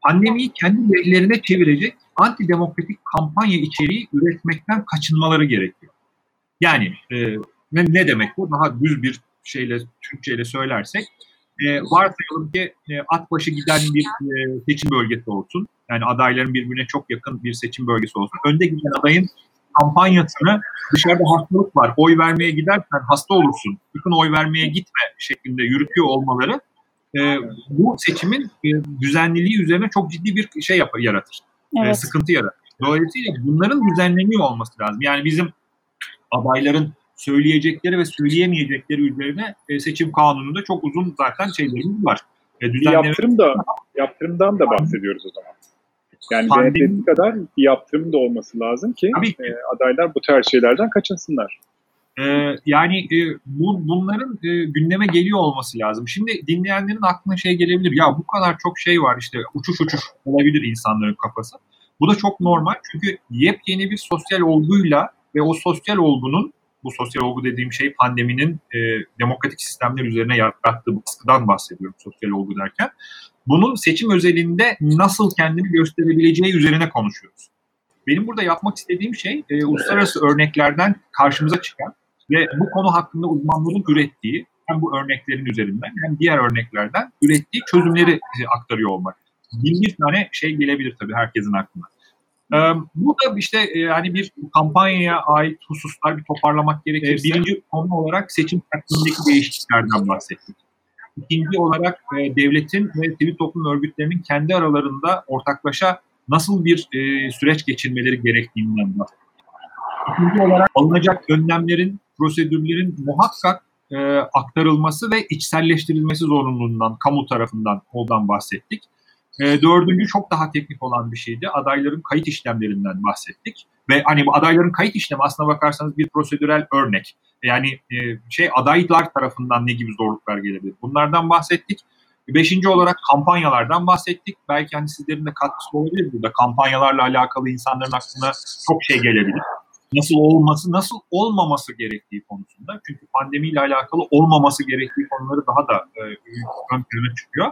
pandemiyi kendi lehlerine çevirecek antidemokratik kampanya içeriği üretmekten kaçınmaları gerekiyor. Yani e, ne, ne demek bu? Daha düz bir şeyle, Türkçeyle söylersek, e, varsayalım ki e, at başı giden bir e, seçim bölgesi olsun. Yani adayların birbirine çok yakın bir seçim bölgesi olsun. Önde giden adayın kampanyasını dışarıda hastalık var, oy vermeye gidersen hasta olursun, sakın oy vermeye gitme şeklinde yürütüyor olmaları e, bu seçimin e, düzenliliği üzerine çok ciddi bir şey yapar, yaratır. Evet. E, sıkıntı yaratır. Dolayısıyla bunların düzenleniyor olması lazım. Yani bizim adayların söyleyecekleri ve söyleyemeyecekleri üzerine e, seçim kanununda çok uzun zaten şeylerimiz var. E, bir yaptırım da, yaptırımdan da bahsediyoruz o zaman. Yani denetlediği kadar bir yaptırım da olması lazım ki e, adaylar bu tarz şeylerden kaçınsınlar. Ee, yani e, bu, bunların e, gündeme geliyor olması lazım. Şimdi dinleyenlerin aklına şey gelebilir. Ya bu kadar çok şey var, işte uçuş uçuş olabilir insanların kafası. Bu da çok normal çünkü yepyeni bir sosyal olguyla ve o sosyal olgunun, bu sosyal olgu dediğim şey pandeminin e, demokratik sistemler üzerine yarattığı baskıdan bahsediyorum sosyal olgu derken. Bunun seçim özelinde nasıl kendini gösterebileceği üzerine konuşuyoruz. Benim burada yapmak istediğim şey e, uluslararası örneklerden karşımıza çıkan ve bu konu hakkında uzmanların ürettiği, hem bu örneklerin üzerinden hem diğer örneklerden ürettiği çözümleri e, aktarıyor olmak. Bin bir tane şey gelebilir tabii herkesin aklına. Ee, burada işte e, yani bir kampanyaya ait hususlar bir toparlamak gerekirse, e, birinci konu olarak seçim takvimindeki değişikliklerden bahsettik. İkinci olarak e, devletin ve sivil toplum örgütlerinin kendi aralarında ortaklaşa nasıl bir e, süreç geçirmeleri gerektiğinden bahsettik. İkinci olarak alınacak önlemlerin, prosedürlerin muhakkak e, aktarılması ve içselleştirilmesi zorunluluğundan, kamu tarafından ondan bahsettik. E, dördüncü çok daha teknik olan bir şeydi. Adayların kayıt işlemlerinden bahsettik. Ve hani bu adayların kayıt işlemi aslına bakarsanız bir prosedürel örnek. Yani e, şey adaylar tarafından ne gibi zorluklar gelebilir? Bunlardan bahsettik. Beşinci olarak kampanyalardan bahsettik. Belki hani sizlerin de katkısı olabilir burada. Kampanyalarla alakalı insanların aklına çok şey gelebilir. Nasıl olması, nasıl olmaması gerektiği konusunda. Çünkü pandemiyle alakalı olmaması gerektiği konuları daha da e, ön plana çıkıyor.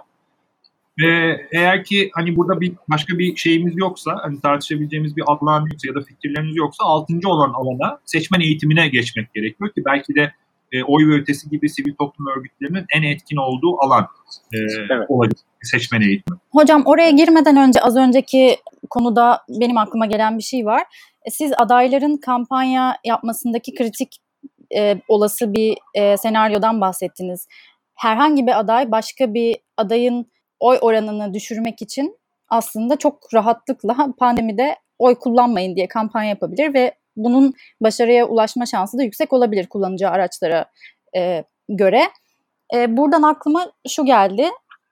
Ee, eğer ki hani burada bir başka bir şeyimiz yoksa, hani tartışabileceğimiz bir alan yoksa ya da fikirlerimiz yoksa altıncı olan alana seçmen eğitimine geçmek gerekiyor ki belki de e, oy ve ötesi gibi sivil toplum örgütlerinin en etkin olduğu alan e, evet. olacak seçmen eğitimi. Hocam oraya girmeden önce az önceki konuda benim aklıma gelen bir şey var. Siz adayların kampanya yapmasındaki kritik e, olası bir e, senaryodan bahsettiniz. Herhangi bir aday başka bir adayın oy oranını düşürmek için aslında çok rahatlıkla pandemide oy kullanmayın diye kampanya yapabilir ve bunun başarıya ulaşma şansı da yüksek olabilir kullanacağı araçlara e, göre. E, buradan aklıma şu geldi.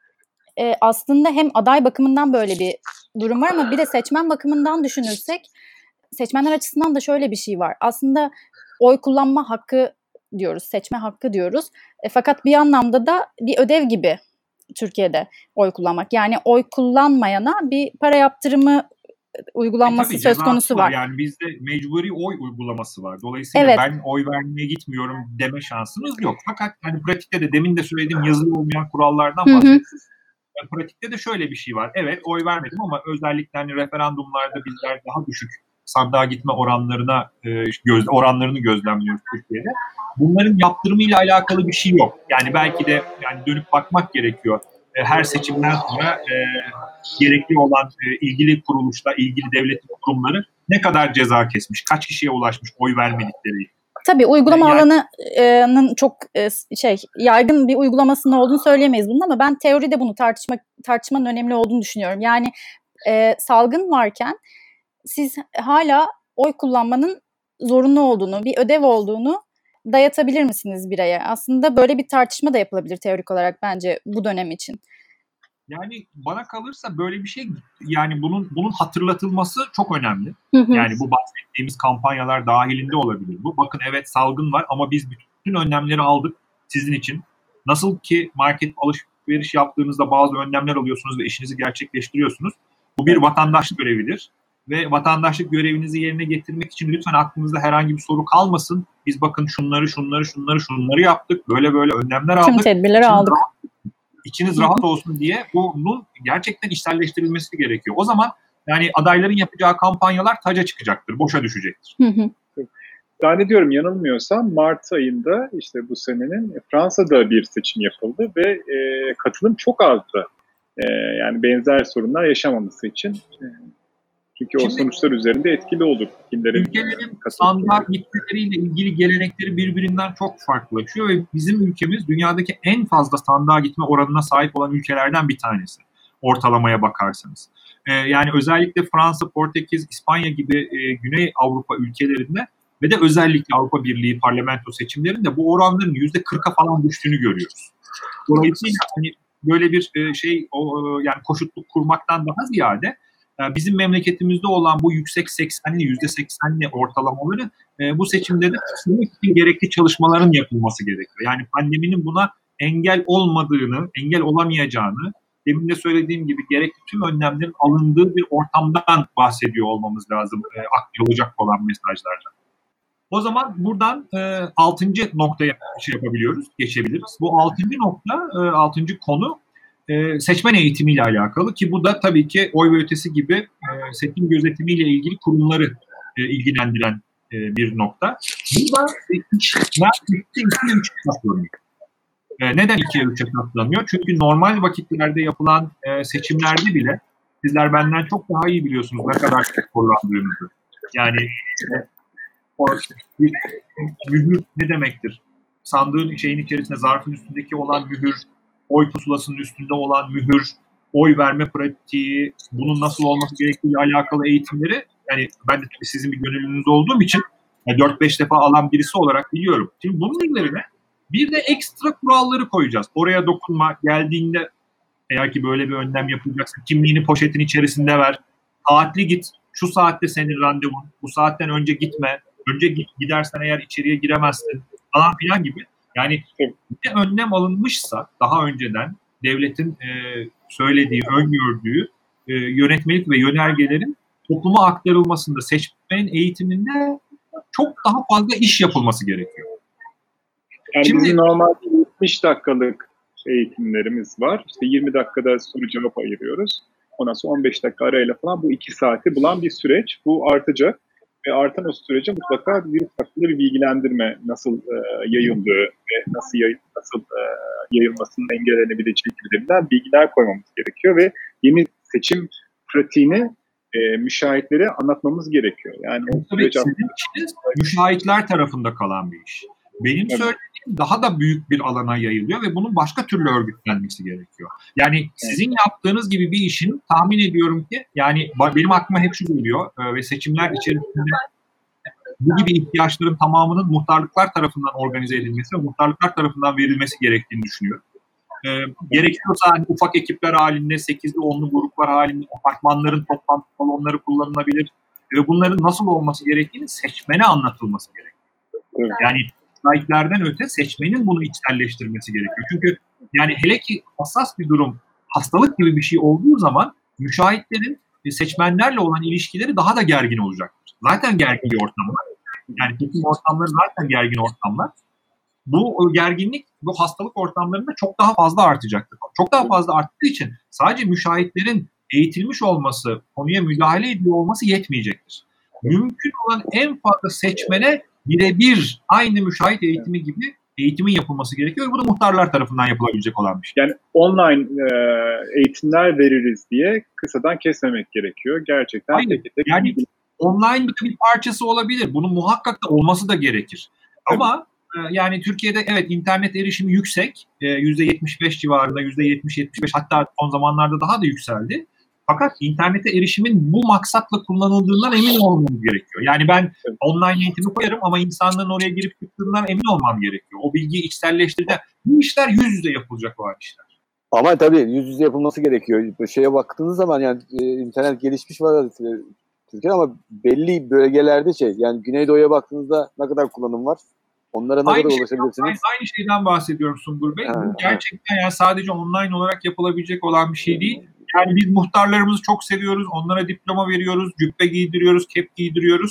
E, aslında hem aday bakımından böyle bir durum var ama bir de seçmen bakımından düşünürsek seçmenler açısından da şöyle bir şey var. Aslında oy kullanma hakkı diyoruz, seçme hakkı diyoruz. E, fakat bir anlamda da bir ödev gibi Türkiye'de oy kullanmak. Yani oy kullanmayana bir para yaptırımı uygulanması e, söz konusu var. Yani bizde mecburi oy uygulaması var. Dolayısıyla evet. ben oy vermeye gitmiyorum deme şansınız yok. Fakat hani pratikte de demin de söylediğim yazılı olmayan kurallardan bahsediyoruz. Yani pratikte de şöyle bir şey var. Evet oy vermedim ama özellikle hani referandumlarda bizler daha düşük sandığa gitme oranlarına e, göz, oranlarını gözlemliyoruz Türkiye'de. Bunların yaptırımıyla alakalı bir şey yok. Yani belki de yani dönüp bakmak gerekiyor. E, her seçimden sonra e, gerekli olan e, ilgili kuruluşlar, ilgili devletin kurumları ne kadar ceza kesmiş, kaç kişiye ulaşmış oy vermedikleri. Tabii uygulama yani, alanının çok e, şey yaygın bir uygulamasının olduğunu söyleyemeyiz bunun ama ben teoride bunu tartışmak tartışmanın önemli olduğunu düşünüyorum. Yani e, salgın varken siz hala oy kullanmanın zorunlu olduğunu, bir ödev olduğunu dayatabilir misiniz bireye? Aslında böyle bir tartışma da yapılabilir teorik olarak bence bu dönem için. Yani bana kalırsa böyle bir şey, yani bunun bunun hatırlatılması çok önemli. Hı hı. Yani bu bahsettiğimiz kampanyalar dahilinde olabilir bu. Bakın evet salgın var ama biz bütün önlemleri aldık sizin için. Nasıl ki market alışveriş yaptığınızda bazı önlemler alıyorsunuz ve işinizi gerçekleştiriyorsunuz. Bu bir vatandaşlık görevidir. Ve vatandaşlık görevinizi yerine getirmek için lütfen aklınızda herhangi bir soru kalmasın. Biz bakın şunları, şunları, şunları, şunları yaptık. Böyle böyle önlemler aldık. Tüm tedbirleri aldık. içiniz rahat olsun diye bunun gerçekten içselleştirilmesi gerekiyor. O zaman yani adayların yapacağı kampanyalar taca çıkacaktır, boşa düşecektir. Zannediyorum yanılmıyorsam Mart ayında işte bu senenin Fransa'da bir seçim yapıldı ve e, katılım çok azdı. E, yani benzer sorunlar yaşamaması için. E, çünkü Şimdi, o sonuçlar üzerinde etkili olur. Kimlerin ülkelerin sandığa gitmeleriyle ilgili gelenekleri birbirinden çok farklılaşıyor ve bizim ülkemiz dünyadaki en fazla sandığa gitme oranına sahip olan ülkelerden bir tanesi. Ortalamaya bakarsanız. E, yani özellikle Fransa, Portekiz, İspanya gibi e, Güney Avrupa ülkelerinde ve de özellikle Avrupa Birliği parlamento seçimlerinde bu oranların yüzde kırka falan düştüğünü görüyoruz. Dolayısıyla hani böyle bir şey yani koşutluk kurmaktan daha ziyade bizim memleketimizde olan bu yüksek seksenli, yüzde seksenli ortalamaları bu seçimlerde tutmak için gerekli çalışmaların yapılması gerekiyor. Yani pandeminin buna engel olmadığını, engel olamayacağını, demin de söylediğim gibi gerekli tüm önlemlerin alındığı bir ortamdan bahsediyor olmamız lazım aktif olacak olan mesajlarla. O zaman buradan e, altıncı noktaya şey yapabiliyoruz, geçebiliriz. Bu altıncı nokta, e, altıncı konu e, seçmen eğitimiyle alakalı ki bu da tabii ki oy ve ötesi gibi e, seçim gözetimiyle ilgili kurumları e, ilgilendiren e, bir nokta. Burada işler ikiye üçe katlanıyor. E, neden ikiye üçe katlanıyor? Çünkü normal vakitlerde yapılan e, seçimlerde bile sizler benden çok daha iyi biliyorsunuz ne kadar kullandığımızı. Yani e, mühür ne demektir? Sandığın şeyin içerisinde zarfın üstündeki olan mühür, oy pusulasının üstünde olan mühür, oy verme pratiği, bunun nasıl olması gerektiğiyle alakalı eğitimleri, yani ben de tabii sizin bir gönüllünüz olduğum için yani dört beş defa alan birisi olarak biliyorum. Şimdi bunun üzerine bir de ekstra kuralları koyacağız. Oraya dokunma, geldiğinde eğer ki böyle bir önlem yapılacaksa kimliğini poşetin içerisinde ver, saatli git, şu saatte senin randevun, bu saatten önce gitme, önce git, gidersen eğer içeriye giremezsin falan filan gibi. Yani ne önlem alınmışsa daha önceden devletin e, söylediği, öngördüğü e, yönetmelik ve yönergelerin topluma aktarılmasında, seçmenin eğitiminde çok daha fazla iş yapılması gerekiyor. Yani Şimdi, bizim normalde yetmiş dakikalık eğitimlerimiz var. İşte yirmi dakikada soru cevap ayırıyoruz. Ondan sonra on beş dakika arayla falan bu iki saati bulan bir süreç. Bu artacak. Ve artan o sürece mutlaka virüs hakkında bir bilgilendirme nasıl e, yayıldığı ve nasıl yay, nasıl e, yayılmasının engellenebileceği gibilerinden bilgiler koymamız gerekiyor ve yeni seçim pratiğini e, müşahitlere anlatmamız gerekiyor. Yani o tabii sizin işiniz müşahitler tarafında kalan bir iş. Benim evet. söylediğim daha da büyük bir alana yayılıyor ve bunun başka türlü örgütlenmesi gerekiyor. Yani evet. sizin yaptığınız gibi bir işin tahmin ediyorum ki yani benim aklıma hep şu geliyor ve seçimler içerisinde bu gibi ihtiyaçların tamamının muhtarlıklar tarafından organize edilmesi ve muhtarlıklar tarafından verilmesi gerektiğini düşünüyorum. E, gerekiyorsa hani ufak ekipler halinde, sekizli onlu gruplar halinde apartmanların toplantı salonları kullanılabilir ve bunların nasıl olması gerektiğini seçmene anlatılması gerekiyor. Evet. Yani şahitlerden öte seçmenin bunu içselleştirmesi gerekiyor. Çünkü yani hele ki hassas bir durum, hastalık gibi bir şey olduğu zaman müşahitlerin seçmenlerle olan ilişkileri daha da gergin olacaktır. Zaten gergin bir ortamlar. Yani seçim ortamları zaten gergin ortamlar. Bu gerginlik bu hastalık ortamlarında çok daha fazla artacaktır. Çok daha fazla arttığı için sadece müşahitlerin eğitilmiş olması, konuya müdahale ediyor olması yetmeyecektir. Mümkün olan en fazla seçmene birebir aynı müşahit eğitimi gibi eğitimin yapılması gerekiyor. Bu da muhtarlar tarafından yapılabilecek olan bir şey. Yani online e, eğitimler veririz diye kısadan kesmemek gerekiyor. Gerçekten. Hayır, tek tek yani ilgili. Online bir parçası olabilir. Bunun muhakkak da olması da gerekir. Evet. Ama e, yani Türkiye'de evet internet erişimi yüksek. E, yüzde yetmiş beş civarında, yüzde yetmiş yetmiş beş hatta son zamanlarda daha da yükseldi. Fakat internete erişimin bu maksatla kullanıldığından emin olmamız gerekiyor. Yani ben online eğitimi koyarım ama insanların oraya girip çıktığından emin olmam gerekiyor. O bilgiyi içselleştirdi. Bu işler yüz yüze yapılacak o işler. Ama tabii yüz yüze yapılması gerekiyor. Şeye baktığınız zaman yani e, internet gelişmiş var Türkiye'de ama belli bölgelerde şey yani Güneydoğu'ya baktığınızda ne kadar kullanım var? Onlara ne aynı kadar şeyden, ulaşabilirsiniz? Aynı, aynı şeyden bahsediyorum Sungur Bey. Ha, bu gerçekten ha. yani sadece online olarak yapılabilecek olan bir şey değil. Yani biz muhtarlarımızı çok seviyoruz. Onlara diploma veriyoruz, cübbe giydiriyoruz, kep giydiriyoruz.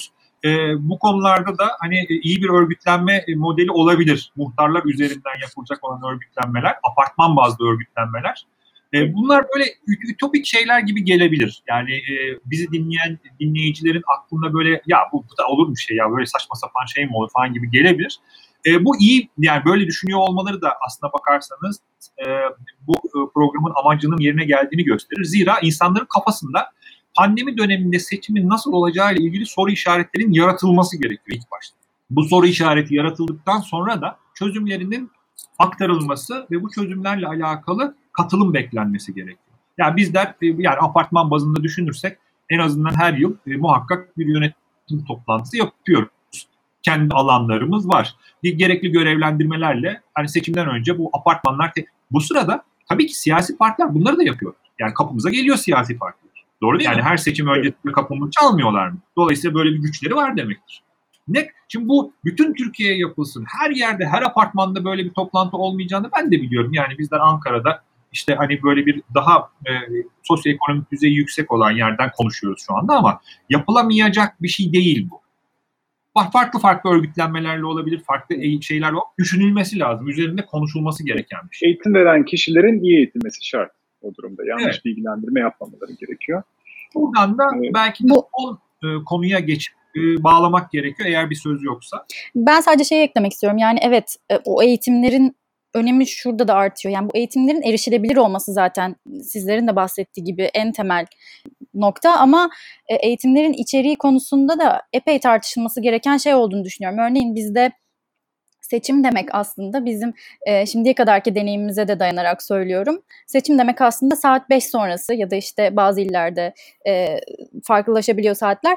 E, bu konularda da hani e, iyi bir örgütlenme modeli olabilir. Muhtarlar üzerinden yapılacak olan örgütlenmeler, apartman bazlı örgütlenmeler. E, bunlar böyle ütopik şeyler gibi gelebilir. Yani e, bizi dinleyen dinleyicilerin aklında böyle ya bu, bu da olur mu şey ya böyle saçma sapan şey mi olur falan gibi gelebilir. E, bu iyi, yani böyle düşünüyor olmaları da aslına bakarsanız e, bu e, programın amacının yerine geldiğini gösterir. Zira insanların kafasında pandemi döneminde seçimin nasıl olacağı ile ilgili soru işaretlerinin yaratılması gerekiyor ilk başta. Bu soru işareti yaratıldıktan sonra da çözümlerinin aktarılması ve bu çözümlerle alakalı katılım beklenmesi gerekiyor. Yani bizler yani apartman bazında düşünürsek en azından her yıl e, muhakkak bir yönetim toplantısı yapıyoruz. Kendi alanlarımız var. Bir gerekli görevlendirmelerle hani seçimden önce bu apartmanlar te- bu sırada tabii ki siyasi partiler bunları da yapıyor. Yani kapımıza geliyor siyasi partiler. Doğru değil mi? Yani her seçim öncesinde kapımızı çalmıyorlar mı? Dolayısıyla böyle bir güçleri var demektir. Ne? Şimdi bu bütün Türkiye'ye yapılsın. Her yerde, her apartmanda böyle bir toplantı olmayacağını ben de biliyorum. Yani bizler Ankara'da işte hani böyle bir daha e, sosyoekonomik düzeyi yüksek olan yerden konuşuyoruz şu anda ama yapılamayacak bir şey değil bu. Farklı farklı örgütlenmelerle olabilir, farklı şeyler var. Düşünülmesi lazım. Üzerinde konuşulması gereken bir şey. Eğitim veren kişilerin iyi eğitilmesi şart o durumda. Yanlış evet. bilgilendirme yapmamaları gerekiyor. Buradan da evet. belki bu o e, konuya geçip e, bağlamak gerekiyor eğer bir söz yoksa. Ben sadece şeyi eklemek istiyorum. Yani evet e, o eğitimlerin önemi şurada da artıyor. Yani bu eğitimlerin erişilebilir olması zaten sizlerin de bahsettiği gibi en temel nokta ama eğitimlerin içeriği konusunda da epey tartışılması gereken şey olduğunu düşünüyorum. Örneğin bizde seçim demek aslında bizim e, şimdiye kadarki deneyimimize de dayanarak söylüyorum. Seçim demek aslında saat beş sonrası ya da işte bazı illerde e, farklılaşabiliyor saatler.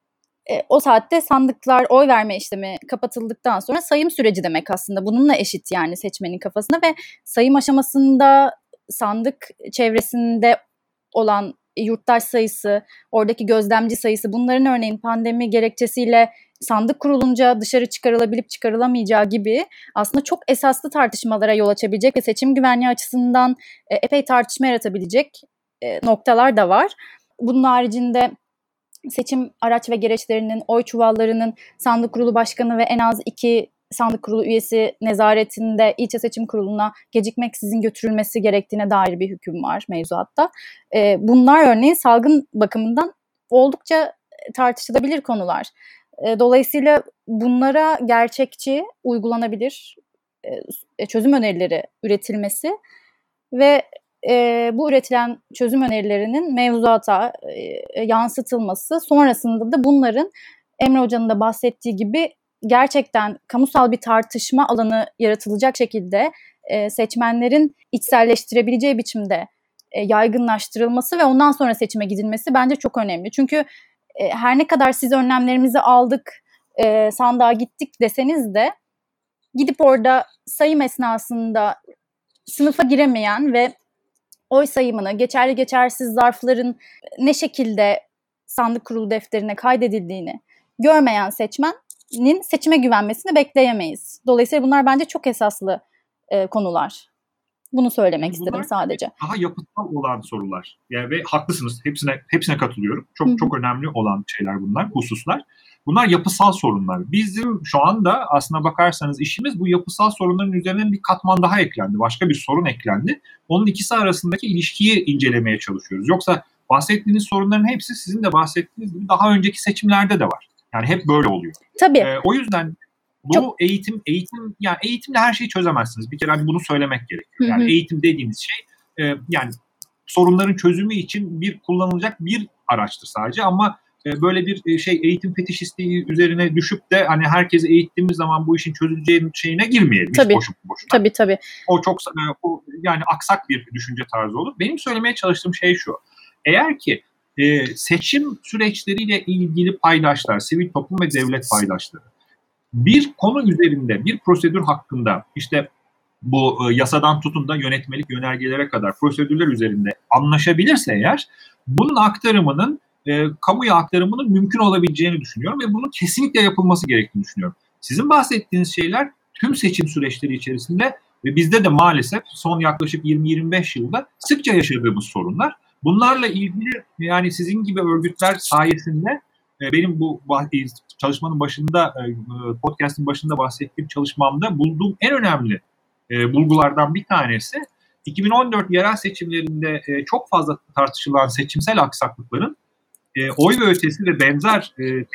E, o saatte sandıklar oy verme işlemi kapatıldıktan sonra sayım süreci demek aslında. Bununla eşit yani seçmenin kafasında ve sayım aşamasında sandık çevresinde olan yurttaş sayısı, oradaki gözlemci sayısı bunların örneğin pandemi gerekçesiyle sandık kurulunca dışarı çıkarılabilip çıkarılamayacağı gibi aslında çok esaslı tartışmalara yol açabilecek ve seçim güvenliği açısından e, epey tartışma yaratabilecek e, noktalar da var. Bunun haricinde seçim araç ve gereçlerinin, oy çuvallarının sandık kurulu başkanı ve en az iki sandık kurulu üyesi nezaretinde ilçe seçim kuruluna gecikmeksizin götürülmesi gerektiğine dair bir hüküm var mevzuatta. E, bunlar örneğin salgın bakımından oldukça tartışılabilir konular. E, dolayısıyla bunlara gerçekçi, uygulanabilir e, çözüm önerileri üretilmesi ve e, bu üretilen çözüm önerilerinin mevzuata e, yansıtılması, sonrasında da bunların Emre Hoca'nın da bahsettiği gibi gerçekten kamusal bir tartışma alanı yaratılacak şekilde e, seçmenlerin içselleştirebileceği biçimde e, yaygınlaştırılması ve ondan sonra seçime gidilmesi bence çok önemli. Çünkü e, her ne kadar siz önlemlerimizi aldık, e, sandığa gittik deseniz de gidip orada sayım esnasında sınıfa giremeyen ve oy sayımını, geçerli geçersiz zarfların ne şekilde sandık kurulu defterine kaydedildiğini görmeyen seçmenin seçime güvenmesini bekleyemeyiz. Dolayısıyla bunlar bence çok esaslı e, konular. Bunu söylemek bunlar istedim sadece. Daha yapısal olan sorular. Yani ve haklısınız. Hepsine hepsine katılıyorum. Çok Hı-hı. çok önemli olan şeyler bunlar, hususlar. Bunlar yapısal sorunlar. Bizim şu anda aslına bakarsanız işimiz bu yapısal sorunların üzerine bir katman daha eklendi. Başka bir sorun eklendi. Onun ikisi arasındaki ilişkiyi incelemeye çalışıyoruz. Yoksa bahsettiğiniz sorunların hepsi sizin de bahsettiğiniz gibi daha önceki seçimlerde de var. Yani hep böyle oluyor. Tabii. Ee, o yüzden bu Çok... eğitim, eğitim yani eğitimle her şeyi çözemezsiniz. Bir kere hani bunu söylemek gerekiyor. Yani Hı-hı. eğitim dediğiniz şey e, yani sorunların çözümü için bir kullanılacak bir araçtır sadece ama e, böyle bir e, şey eğitim fetişistliği üzerine düşüp de hani herkesi eğittiğimiz zaman bu işin çözüleceği şeyine girmeyelim. Tabii. Boşu boşuna. Tabii tabii. O çok e, o, yani aksak bir düşünce tarzı olur. Benim söylemeye çalıştığım şey şu. Eğer ki e, seçim süreçleriyle ilgili paydaşlar, sivil toplum ve devlet paydaşları bir konu üzerinde, bir prosedür hakkında işte bu e, yasadan tutun da yönetmelik yönergelere kadar prosedürler üzerinde anlaşabilirse eğer bunun aktarımının, e, kamuya aktarımının mümkün olabileceğini düşünüyorum ve bunun kesinlikle yapılması gerektiğini düşünüyorum. Sizin bahsettiğiniz şeyler tüm seçim süreçleri içerisinde ve bizde de maalesef son yaklaşık yirmi yirmi beş yılda sıkça yaşadığımız sorunlar. Bunlarla ilgili yani sizin gibi örgütler sayesinde benim bu çalışmanın başında, podcast'ın başında bahsettiğim çalışmamda bulduğum en önemli bulgulardan bir tanesi, iki bin on dört yerel seçimlerinde çok fazla tartışılan seçimsel aksaklıkların oy ve ötesi ve benzer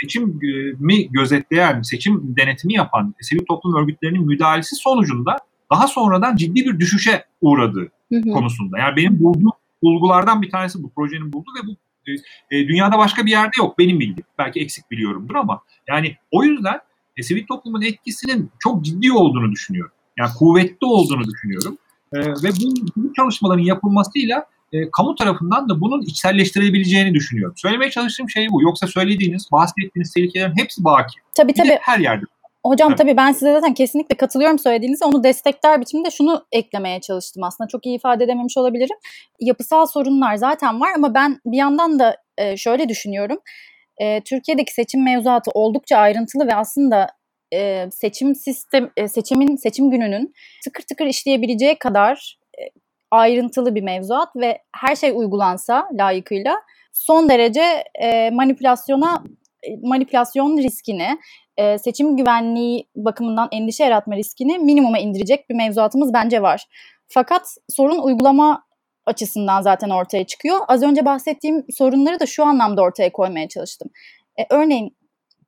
seçimi gözetleyen, seçim denetimi yapan sivil toplum örgütlerinin müdahalesi sonucunda daha sonradan ciddi bir düşüşe uğradığı hı hı. konusunda. Yani benim bulduğum bulgulardan bir tanesi bu, projenin bulduğu ve bu e, dünyada başka bir yerde yok benim bildiğim. Belki eksik biliyorumdur ama yani o yüzden e, sivil toplumun etkisinin çok ciddi olduğunu düşünüyorum. Yani kuvvetli olduğunu düşünüyorum. E, ve bu, bu çalışmaların yapılmasıyla e, kamu tarafından da bunun içselleştirebileceğini düşünüyorum. Söylemeye çalıştığım şey bu. Yoksa söylediğiniz, bahsettiğiniz tehlikelerin hepsi baki. Tabii bir tabii. Her yerde. Hocam evet. Tabii ben size zaten kesinlikle katılıyorum söylediğinize. Onu destekler biçimde şunu eklemeye çalıştım aslında. Çok iyi ifade edememiş olabilirim. Yapısal sorunlar zaten var ama ben bir yandan da şöyle düşünüyorum. Türkiye'deki seçim mevzuatı oldukça ayrıntılı ve aslında seçim sistem seçimin seçim gününün tıkır tıkır işleyebileceği kadar ayrıntılı bir mevzuat ve her şey uygulansa layıkıyla son derece manipülasyona manipülasyon riskini, seçim güvenliği bakımından endişe yaratma riskini minimuma indirecek bir mevzuatımız bence var. Fakat sorun uygulama açısından zaten ortaya çıkıyor. Az önce bahsettiğim sorunları da şu anlamda ortaya koymaya çalıştım. E, örneğin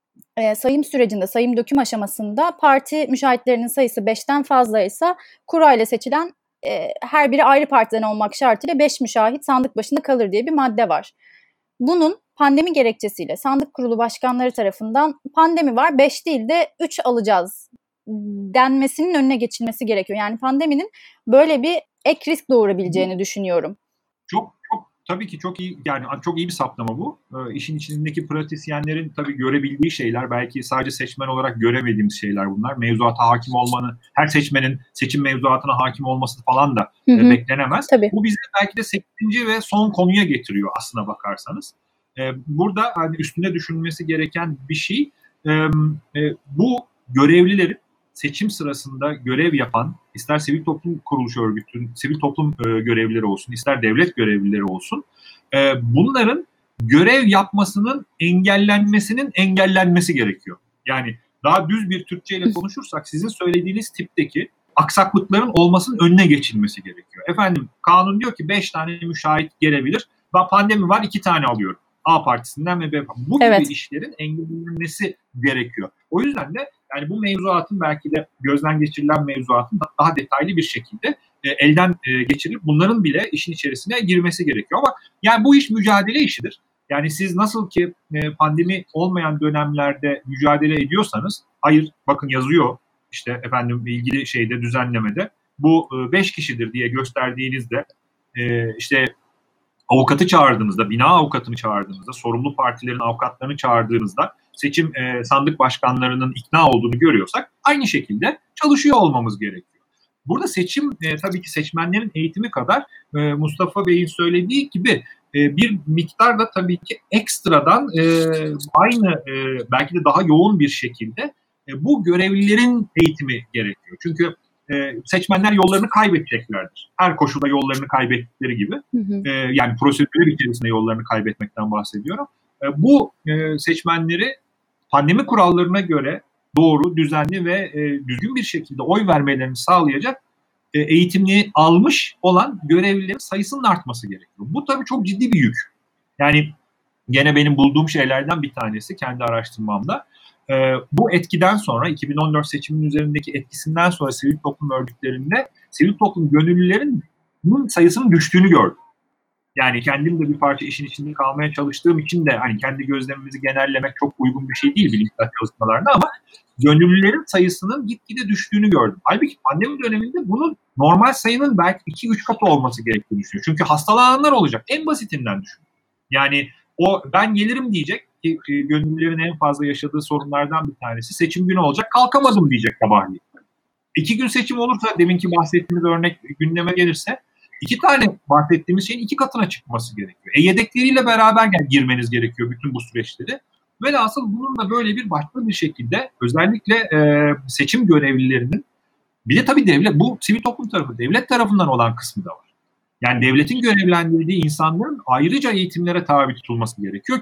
e, sayım sürecinde, sayım döküm aşamasında parti müşahitlerinin sayısı beşten fazlaysa kurayla seçilen e, her biri ayrı partiden olmak şartıyla beş müşahit sandık başında kalır diye bir madde var. Bunun pandemi gerekçesiyle sandık kurulu başkanları tarafından pandemi var beş değil de üç alacağız denmesinin önüne geçilmesi gerekiyor. Yani pandeminin böyle bir ek risk doğurabileceğini düşünüyorum. Çok çok tabii ki çok iyi, yani çok iyi bir saptama bu. Ee, işin içindeki pratisyenlerin tabii görebildiği şeyler, belki sadece seçmen olarak göremediğimiz şeyler bunlar. Mevzuata hakim olmanı, her seçmenin seçim mevzuatına hakim olması falan da hı hı. E, beklenemez. Tabii. Bu bizi belki de sekizinci ve son konuya getiriyor aslına bakarsanız. Ee, burada hani üstüne düşünülmesi gereken bir şey, e, e, bu görevlilerin seçim sırasında görev yapan, ister sivil toplum kuruluşu örgütü, sivil toplum e, görevlileri olsun, ister devlet görevlileri olsun, e, bunların görev yapmasının engellenmesinin engellenmesi gerekiyor. Yani daha düz bir Türkçeyle konuşursak, sizin söylediğiniz tipteki aksaklıkların olmasının önüne geçilmesi gerekiyor. Efendim, kanun diyor ki beş tane müşahit gelebilir. Ben pandemi var, iki tane alıyorum. A partisinden ve B partisinden. Bu evet. gibi işlerin engellenmesi gerekiyor. O yüzden de yani bu mevzuatın, belki de gözden geçirilen mevzuatın daha detaylı bir şekilde e, elden e, geçirilip bunların bile işin içerisine girmesi gerekiyor. Ama yani bu iş mücadele işidir. Yani siz nasıl ki e, pandemi olmayan dönemlerde mücadele ediyorsanız, hayır bakın yazıyor işte efendim ilgili şeyde, düzenlemede bu e, beş kişidir diye gösterdiğinizde e, işte avukatı çağırdığınızda, bina avukatını çağırdığınızda, sorumlu partilerin avukatlarını çağırdığınızda seçim e, sandık başkanlarının ikna olduğunu görüyorsak aynı şekilde çalışıyor olmamız gerekiyor. Burada seçim e, tabii ki seçmenlerin eğitimi kadar e, Mustafa Bey'in söylediği gibi e, bir miktar da tabii ki ekstradan e, aynı e, belki de daha yoğun bir şekilde e, bu görevlilerin eğitimi gerekiyor. Çünkü e, seçmenler yollarını kaybedeceklerdir. Her koşulda yollarını kaybettikleri gibi. Hı hı. E, yani prosedürler içerisinde yollarını kaybetmekten bahsediyorum. E, bu e, seçmenleri pandemi kurallarına göre doğru, düzenli ve e, düzgün bir şekilde oy vermelerini sağlayacak e, eğitimini almış olan görevlilerin sayısının artması gerekiyor. Bu tabii çok ciddi bir yük. Yani gene benim bulduğum şeylerden bir tanesi kendi araştırmamda. E, bu etkiden sonra, iki bin on dört seçiminin üzerindeki etkisinden sonra sivil toplum örgütlerinde sivil toplum gönüllülerinin sayısının düştüğünü gördüm. Yani kendim de bir parça işin içinde kalmaya çalıştığım için de hani kendi gözlemimizi genellemek çok uygun bir şey değil bilimsel çalışmalarda, ama gönüllülerin sayısının gitgide düştüğünü gördüm. Halbuki pandemi döneminde bunun normal sayının belki iki üç katı olması gerektiğini düşünüyorum. Çünkü hastalananlar olacak. En basitinden düşün. Yani o ben gelirim diyecek ki gönüllülerin en fazla yaşadığı sorunlardan bir tanesi, seçim günü olacak, kalkamadım diyecek sabahleyin. İki gün seçim olursa, deminki bahsettiğimiz örnek gündeme gelirse, İki tane bahsettiğimiz şeyin iki katına çıkması gerekiyor. E yedekleriyle beraber girmeniz gerekiyor bütün bu süreçleri. Velhasıl bunun da böyle bir başka bir şekilde özellikle e, seçim görevlilerinin, bir de tabii devlet, bu sivil toplum tarafı, devlet tarafından olan kısmı da var. Yani devletin görevlendirdiği insanların ayrıca eğitimlere tabi tutulması gerekiyor ki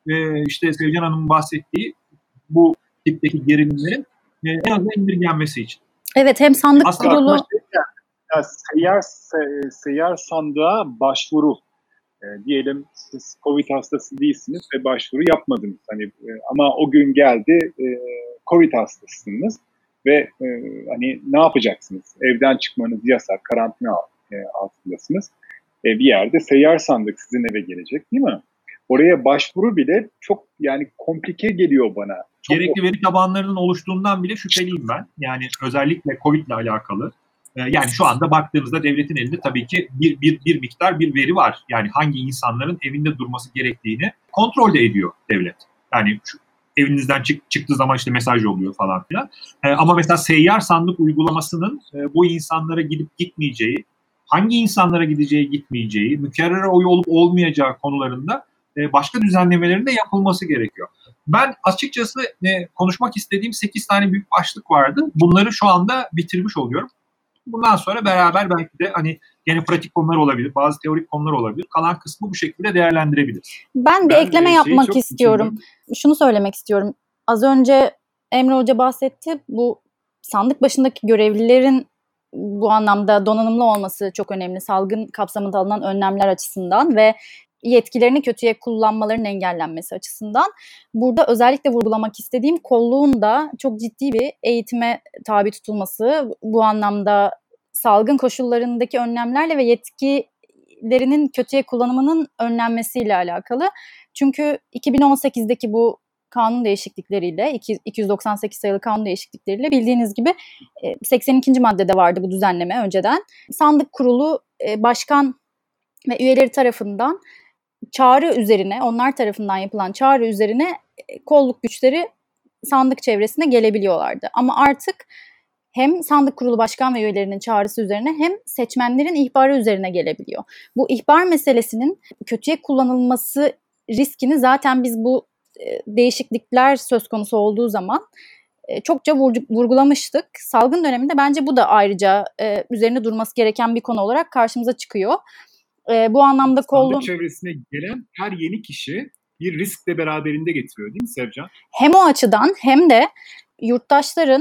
e, işte Sevcan Hanım'ın bahsettiği bu tipteki gerilimlerin e, en azından indirgenmesi için. Evet, hem sandık Aslında kurulu... Şey, ya, seyyar, se, seyyar sandığa başvuru. E, diyelim siz Covid hastası değilsiniz ve başvuru yapmadınız. Hani e, ama o gün geldi e, Covid hastasısınız ve e, hani ne yapacaksınız? Evden çıkmanız yasak, karantina e, altındasınız. E, bir yerde seyyar sandık sizin eve gelecek, değil mi? Oraya başvuru bile çok yani komplike geliyor bana. Çok Gerekli veri tabanlarının oluştuğundan bile şüpheliyim ben. Yani özellikle Covid ile alakalı. Yani şu anda baktığımızda devletin elinde tabii ki bir, bir, bir miktar bir veri var. Yani hangi insanların evinde durması gerektiğini kontrol de ediyor devlet. Yani şu, evinizden çık, çıktığı zaman işte mesaj oluyor falan filan. Ee, ama mesela seyyar sandık uygulamasının e, bu insanlara gidip gitmeyeceği, hangi insanlara gideceği gitmeyeceği, mükerrer oy olup olmayacağı konularında e, başka düzenlemelerin de yapılması gerekiyor. Ben açıkçası e, konuşmak istediğim sekiz tane büyük başlık vardı. Bunları şu anda bitirmiş oluyorum. Bundan sonra beraber belki de hani yine pratik konular olabilir, bazı teorik konular olabilir. Kalan kısmı bu şekilde değerlendirebiliriz. Ben bir Ben ekleme şeyi yapmak çok istiyorum. düşündüm. Şunu söylemek istiyorum. Az önce Emre Hoca bahsetti. Bu sandık başındaki görevlilerin bu anlamda donanımlı olması çok önemli. Salgın kapsamında alınan önlemler açısından ve yetkilerini kötüye kullanmalarının engellenmesi açısından. Burada özellikle vurgulamak istediğim kolluğun da çok ciddi bir eğitime tabi tutulması. Bu anlamda salgın koşullarındaki önlemlerle ve yetkilerinin kötüye kullanımının önlenmesiyle alakalı. Çünkü iki bin on sekizdeki bu kanun değişiklikleriyle, iki yüz doksan sekiz sayılı kanun değişiklikleriyle bildiğiniz gibi seksen ikinci maddede vardı bu düzenleme önceden. Sandık kurulu başkan ve üyeleri tarafından çağrı üzerine, onlar tarafından yapılan çağrı üzerine kolluk güçleri sandık çevresine gelebiliyorlardı. Ama artık hem sandık kurulu başkan ve üyelerinin çağrısı üzerine hem seçmenlerin ihbarı üzerine gelebiliyor. Bu ihbar meselesinin kötüye kullanılması riskini zaten biz bu değişiklikler söz konusu olduğu zaman çokça vurgulamıştık. Salgın döneminde bence bu da ayrıca üzerine durması gereken bir konu olarak karşımıza çıkıyor. Ee, bu anlamda kolluğun... Sandık çevresine gelen her yeni kişi bir risk de beraberinde getiriyor değil mi Sevcan? Hem o açıdan hem de yurttaşların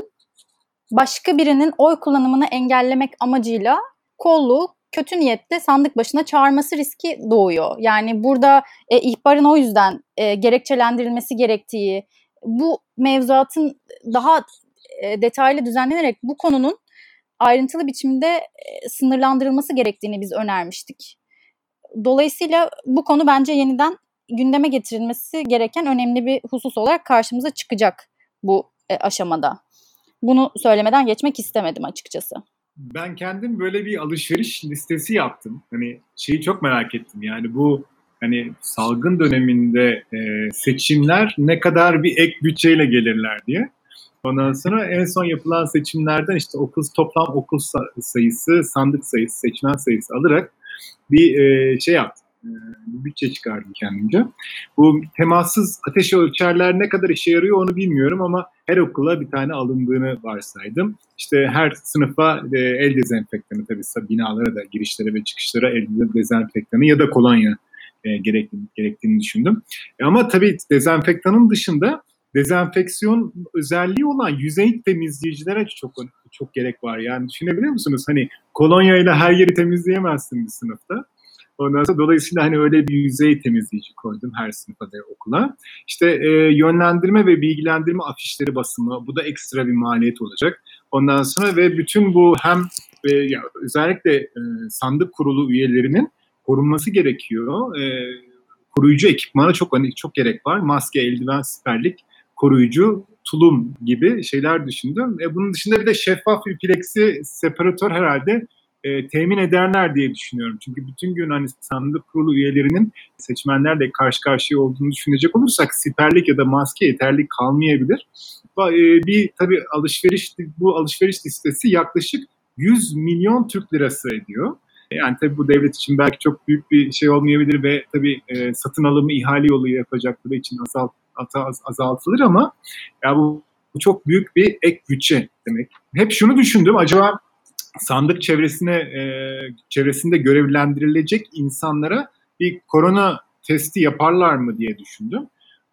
başka birinin oy kullanımını engellemek amacıyla kolluğu kötü niyetle sandık başına çağırması riski doğuyor. Yani burada e, ihbarın o yüzden e, gerekçelendirilmesi gerektiği, bu mevzuatın daha e, detaylı düzenlenerek bu konunun ayrıntılı biçimde e, sınırlandırılması gerektiğini biz önermiştik. Dolayısıyla bu konu bence yeniden gündeme getirilmesi gereken önemli bir husus olarak karşımıza çıkacak bu e, aşamada. Bunu söylemeden geçmek istemedim açıkçası. Ben kendim böyle bir alışveriş listesi yaptım. Hani şeyi çok merak ettim. Yani bu hani salgın döneminde e, seçimler ne kadar bir ek bütçeyle gelirler diye. Ondan sonra en son yapılan seçimlerden işte okul toplam okul sayısı, sandık sayısı, seçmen sayısı alarak bir e, şey yaptım. E, bir bütçe çıkardım kendimce. Bu temassız ateş ölçerler ne kadar işe yarıyor onu bilmiyorum ama her okula bir tane alındığını varsaydım. İşte her sınıfa e, el dezenfektanı tabii binalara da girişlere ve çıkışlara el dezenfektanı ya da kolonya e, gerektiğini, gerektiğini düşündüm. E, ama tabii dezenfektanın dışında dezenfeksiyon özelliği olan yüzey temizleyicilere çok çok gerek var. Yani düşünebiliyor musunuz? Hani kolonyayla her yeri temizleyemezsin bir sınıfta. Ondan sonra dolayısıyla hani öyle bir yüzey temizleyici koydum her sınıfa da okula. İşte e, yönlendirme ve bilgilendirme afişleri basımı, bu da ekstra bir maliyet olacak. Ondan sonra ve bütün bu hem e, ya, özellikle e, sandık kurulu üyelerinin korunması gerekiyor. E, koruyucu ekipmana çok hani çok gerek var. Maske, eldiven, siperlik, koruyucu, tulum gibi şeyler düşündüm. E, bunun dışında bir de şeffaf bir plexi separatör herhalde e, temin ederler diye düşünüyorum. Çünkü bütün gün hani sandık kurulu üyelerinin seçmenlerle karşı karşıya olduğunu düşünecek olursak siperlik ya da maske yeterli kalmayabilir. E, bir tabii alışveriş bu alışveriş listesi yaklaşık yüz milyon Türk lirası ediyor. Yani tabii bu devlet için belki çok büyük bir şey olmayabilir ve tabii e, satın alımı ihale yolu yapacakları için azalt, az, azaltılır ama ya bu, bu çok büyük bir ek bütçe demek. Hep şunu düşündüm, acaba sandık çevresine e, çevresinde görevlendirilecek insanlara bir korona testi yaparlar mı diye düşündüm.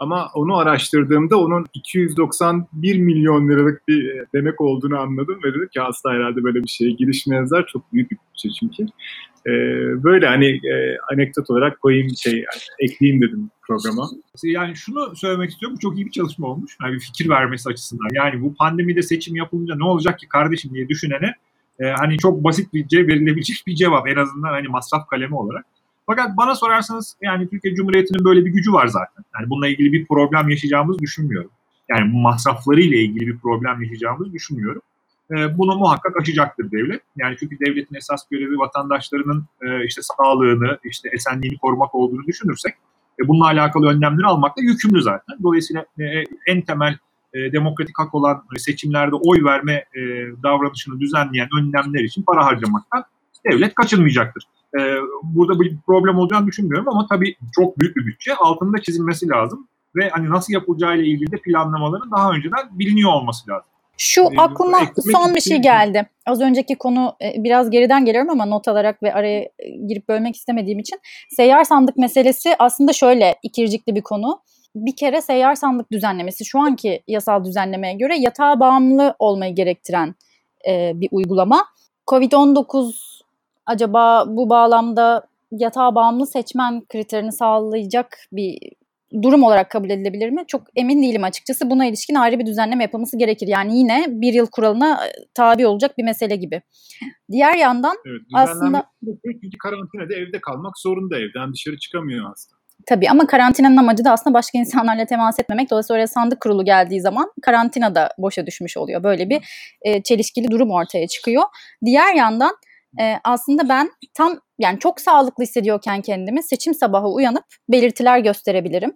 Ama onu araştırdığımda onun iki yüz doksan bir milyon liralık bir demek olduğunu anladım ve dedim ki asla herhalde böyle bir şeye girişmezler. Çok büyük bir bütçe çünkü. Ee, böyle hani e, anekdot olarak koyayım şey yani, ekleyeyim dedim programa. Yani şunu söylemek istiyorum. Bu çok iyi bir çalışma olmuş. Yani bir fikir vermesi açısından. Yani bu pandemide seçim yapılınca ne olacak ki kardeşim diye düşünene e, hani çok basitçe verilebilecek bir cevap en azından hani masraf kalemi olarak. Fakat bana sorarsanız yani Türkiye Cumhuriyeti'nin böyle bir gücü var zaten. Yani bununla ilgili bir problem yaşayacağımızı düşünmüyorum. Yani bu masraflarıyla ilgili bir problem yaşayacağımızı düşünmüyorum. E, bunu muhakkak aşacaktır devlet. Yani çünkü devletin esas görevi vatandaşlarının e, işte sağlığını, işte esenliğini korumak olduğunu düşünürsek e, bununla alakalı önlemleri almakla yükümlü zaten. Dolayısıyla e, en temel e, demokratik hak olan seçimlerde oy verme e, davranışını düzenleyen önlemler için para harcamaktan devlet kaçınmayacaktır. Ee, burada bir problem olacağını düşünmüyorum ama tabii çok büyük bir bütçe altında çizilmesi lazım ve hani nasıl yapılacağıyla ilgili de planlamaların daha önceden biliniyor olması lazım. Şu Ee, aklıma eklemek son bir şey için- geldi. Az önceki konu e, biraz geriden geliyorum ama not alarak ve araya e, girip bölmek istemediğim için. Seyyar sandık meselesi aslında şöyle ikircikli bir konu. Bir kere seyyar sandık düzenlemesi şu anki yasal düzenlemeye göre yatağa bağımlı olmayı gerektiren e, bir uygulama. kovid on dokuz acaba bu bağlamda yatağa bağımlı seçmen kriterini sağlayacak bir durum olarak kabul edilebilir mi? Çok emin değilim açıkçası. Buna ilişkin ayrı bir düzenleme yapılması gerekir. Yani yine bir yıl kuralına tabi olacak bir mesele gibi. Diğer yandan Evet, aslında çünkü karantinada evde kalmak zorunda, evden dışarı çıkamıyor hasta. tabii ama karantinanın amacı da aslında başka insanlarla temas etmemek. Dolayısıyla oraya sandık kurulu geldiği zaman karantina da boşa düşmüş oluyor. Böyle bir e, çelişkili durum ortaya çıkıyor. Diğer yandan e, aslında ben tam yani çok sağlıklı hissediyorken kendimi seçim sabahı uyanıp belirtiler gösterebilirim.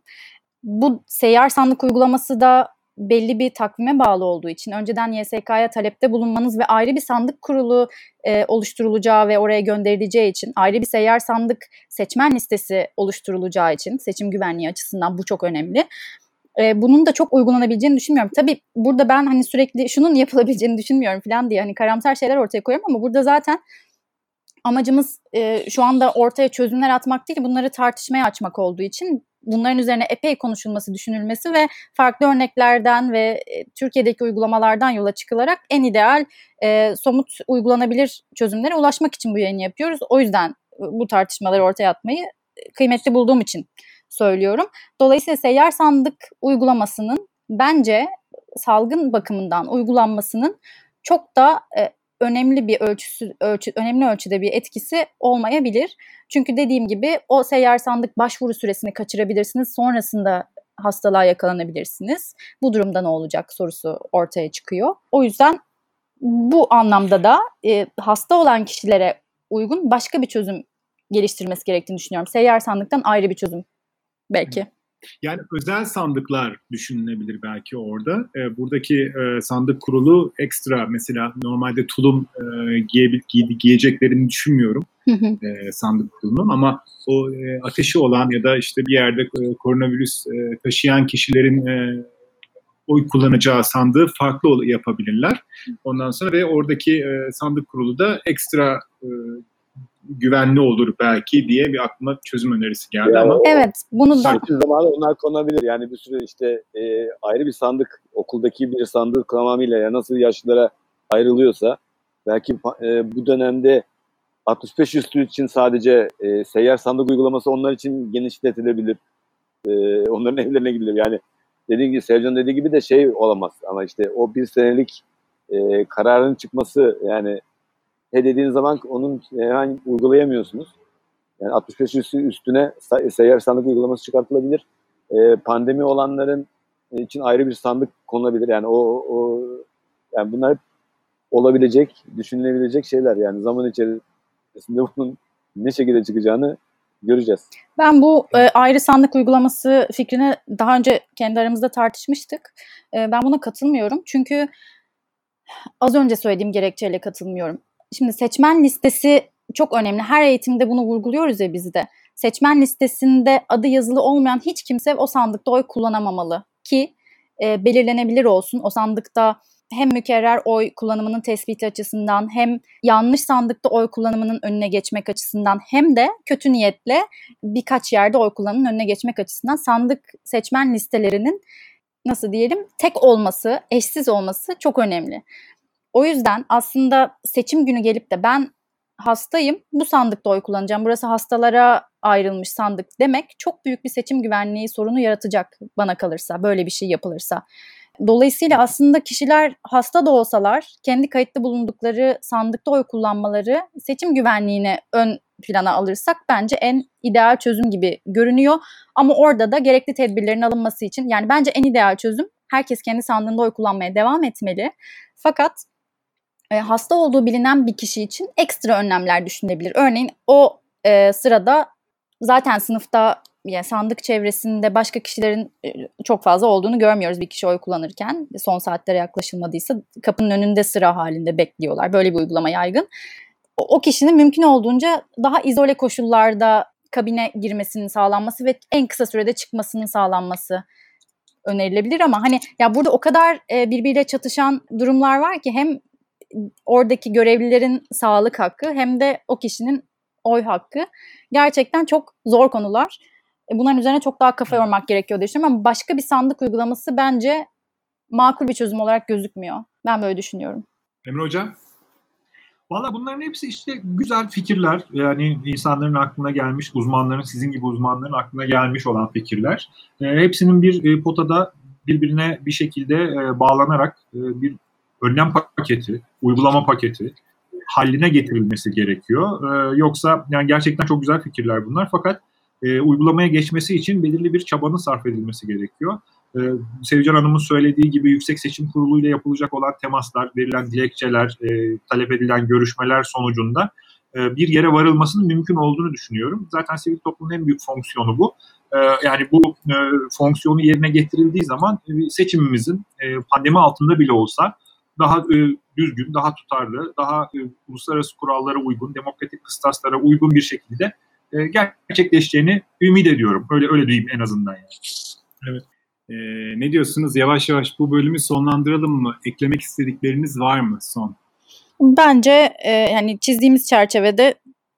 Bu seyyar sandık uygulaması da belli bir takvime bağlı olduğu için önceden Y S K'ya talepte bulunmanız ve ayrı bir sandık kurulu e, oluşturulacağı ve oraya gönderileceği için ayrı bir seyyar sandık seçmen listesi oluşturulacağı için seçim güvenliği açısından bu çok önemli. E, bunun da çok uygulanabileceğini düşünmüyorum. Tabii burada ben hani sürekli şunun yapılabileceğini düşünmüyorum falan diye hani karamsar şeyler ortaya koyuyorum ama burada zaten amacımız e, şu anda ortaya çözümler atmak değil, bunları tartışmaya açmak olduğu için bunların üzerine epey konuşulması, düşünülmesi ve farklı örneklerden ve e, Türkiye'deki uygulamalardan yola çıkılarak en ideal e, somut uygulanabilir çözümlere ulaşmak için bu yayını yapıyoruz. O yüzden bu tartışmaları ortaya atmayı kıymetli bulduğum için söylüyorum. Dolayısıyla seyyar sandık uygulamasının bence salgın bakımından uygulanmasının çok da e, önemli bir ölçüsü, ölçü, önemli ölçüde bir etkisi olmayabilir. Çünkü dediğim gibi o seyyar sandık başvuru süresini kaçırabilirsiniz. Sonrasında hastalığa yakalanabilirsiniz. Bu durumda ne olacak sorusu ortaya çıkıyor. O yüzden bu anlamda da e, hasta olan kişilere uygun başka bir çözüm geliştirmesi gerektiğini düşünüyorum. Seyyar sandıktan ayrı bir çözüm belki. Yani özel sandıklar düşünülebilir belki orada. E, buradaki e, sandık kurulu ekstra mesela normalde tulum e, giye, giye, giyeceklerini düşünmüyorum e, sandık kurulunun ama o e, ateşi olan ya da işte bir yerde e, koronavirüs e, taşıyan kişilerin e, oy kullanacağı sandığı farklı yapabilirler. Ondan sonra ve oradaki e, sandık kurulu da ekstra e, güvenli olur belki diye bir aklıma çözüm önerisi geldi yani ama. O, evet, bunu da seçim zamanı onlar konabilir. Yani bir sürü işte e, ayrı bir sandık, okuldaki bir sandık tamamıyla ya nasıl yaşlılara ayrılıyorsa belki e, bu dönemde altmış beş üstü için sadece e, seyyar sandık uygulaması onlar için genişletilebilir. E, onların evlerine gidilir. Yani dediğim gibi Sevcan dediği gibi de şey olamaz ama işte o bir senelik e, kararın çıkması yani he dediğiniz zaman onun hemen uygulayamıyorsunuz. Yani altmış beş üstüne seyyar sandık uygulaması çıkartılabilir. E, pandemi olanların için ayrı bir sandık konulabilir. Yani o, o yani bunlar hep olabilecek, düşünülebilecek şeyler. Yani zaman içerisinde bunun ne şekilde çıkacağını göreceğiz. Ben bu e, ayrı sandık uygulaması fikrini daha önce kendi aramızda tartışmıştık. E, ben buna katılmıyorum. Çünkü az önce söylediğim gerekçeyle katılmıyorum. Şimdi seçmen listesi çok önemli. Her eğitimde bunu vurguluyoruz ya biz de. Seçmen listesinde adı yazılı olmayan hiç kimse o sandıkta oy kullanamamalı ki e, belirlenebilir olsun. O sandıkta hem mükerrer oy kullanımının tespiti açısından hem yanlış sandıkta oy kullanımının önüne geçmek açısından hem de kötü niyetle birkaç yerde oy kullanımının önüne geçmek açısından sandık seçmen listelerinin nasıl diyelim tek olması, eşsiz olması çok önemli. O yüzden aslında seçim günü gelip de ben hastayım, bu sandıkta oy kullanacağım, burası hastalara ayrılmış sandık demek çok büyük bir seçim güvenliği sorunu yaratacak bana kalırsa, böyle bir şey yapılırsa. Dolayısıyla aslında kişiler hasta da olsalar kendi kayıtlı bulundukları sandıkta oy kullanmaları seçim güvenliğine ön plana alırsak bence en ideal çözüm gibi görünüyor. Ama orada da gerekli tedbirlerin alınması için yani bence en ideal çözüm herkes kendi sandığında oy kullanmaya devam etmeli. Fakat e, hasta olduğu bilinen bir kişi için ekstra önlemler düşünülebilir. Örneğin o e, sırada zaten sınıfta yani sandık çevresinde başka kişilerin çok fazla olduğunu görmüyoruz bir kişi oy kullanırken. Son saatlere yaklaşılmadıysa kapının önünde sıra halinde bekliyorlar. Böyle bir uygulama yaygın. O kişinin mümkün olduğunca daha izole koşullarda kabine girmesinin sağlanması ve en kısa sürede çıkmasının sağlanması önerilebilir ama hani ya burada o kadar birbiriyle çatışan durumlar var ki hem oradaki görevlilerin sağlık hakkı hem de o kişinin oy hakkı gerçekten çok zor konular. Bunların üzerine çok daha kafa yormak gerekiyor diye düşünüyorum ama başka bir sandık uygulaması bence makul bir çözüm olarak gözükmüyor. Ben böyle düşünüyorum. Emre Hocam? Valla bunların hepsi işte güzel fikirler. Yani insanların aklına gelmiş, uzmanların, sizin gibi uzmanların aklına gelmiş olan fikirler. E, hepsinin bir e, potada birbirine bir şekilde e, bağlanarak e, bir önlem paketi, uygulama paketi haline getirilmesi gerekiyor. E, yoksa yani gerçekten çok güzel fikirler bunlar fakat e, uygulamaya geçmesi için belirli bir çabanın sarf edilmesi gerekiyor. Ee, Sevcan Hanım'ın söylediği gibi Yüksek Seçim Kurulu ile yapılacak olan temaslar, verilen dilekçeler, e, talep edilen görüşmeler sonucunda e, bir yere varılmasının mümkün olduğunu düşünüyorum. Zaten sivil toplumun en büyük fonksiyonu bu. E, yani bu e, fonksiyonu yerine getirildiği zaman e, seçimimizin e, pandemi altında bile olsa daha e, düzgün, daha tutarlı, daha e, uluslararası kurallara uygun, demokratik kıstaslara uygun bir şekilde e, gerçekleşeceğini ümit ediyorum. Öyle öyle diyeyim en azından yani. Evet. Ee, ne diyorsunuz? Yavaş yavaş bu bölümü sonlandıralım mı? Eklemek istedikleriniz var mı son? Bence e, yani çizdiğimiz çerçevede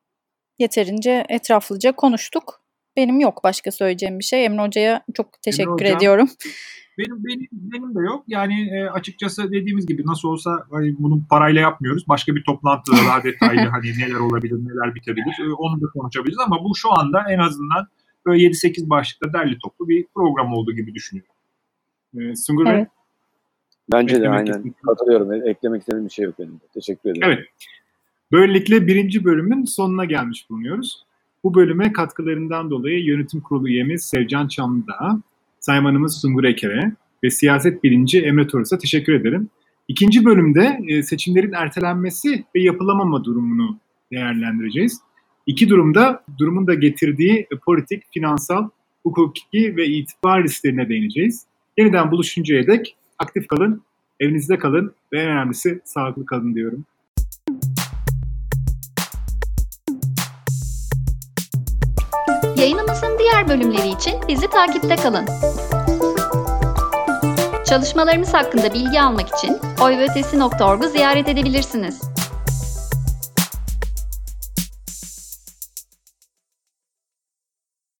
yeterince etraflıca konuştuk. Benim yok başka söyleyeceğim bir şey. Emre Hoca'ya çok teşekkür Hocam, ediyorum. Benim, benim benim de yok. Yani e, açıkçası dediğimiz gibi nasıl olsa hani bunu parayla yapmıyoruz. Başka bir toplantıda daha detaylı hani neler olabilir, neler bitebilir e, onu da konuşabiliriz ama bu şu anda en azından böyle yedi sekiz başlıkta derli toplu bir program olduğu gibi düşünüyorum. Ee, Sungur Bey? Evet. Bence de Eklemek aynen kesinlikle. katılıyorum. Eklemek istediğim bir şey yok benim de. Teşekkür ederim. Evet. Böylelikle birinci bölümün sonuna gelmiş bulunuyoruz. Bu bölüme katkılarından dolayı Yönetim Kurulu üyemiz Sevcan Çamlıdağ, saymanımız Sungur Eker'e ve siyaset bilinci Emre Toros'a teşekkür ederim. İkinci bölümde seçimlerin ertelenmesi ve yapılamama durumunu değerlendireceğiz. İki durumda durumun da getirdiği politik, finansal, hukuki ve itibar risklerine değineceğiz. Yeniden buluşuncaya dek aktif kalın, evinizde kalın ve en önemlisi sağlıklı kalın diyorum. Yayınımızın diğer bölümleri için bizi takipte kalın. Çalışmalarımız hakkında bilgi almak için oy ve ötesi nokta org'u ziyaret edebilirsiniz.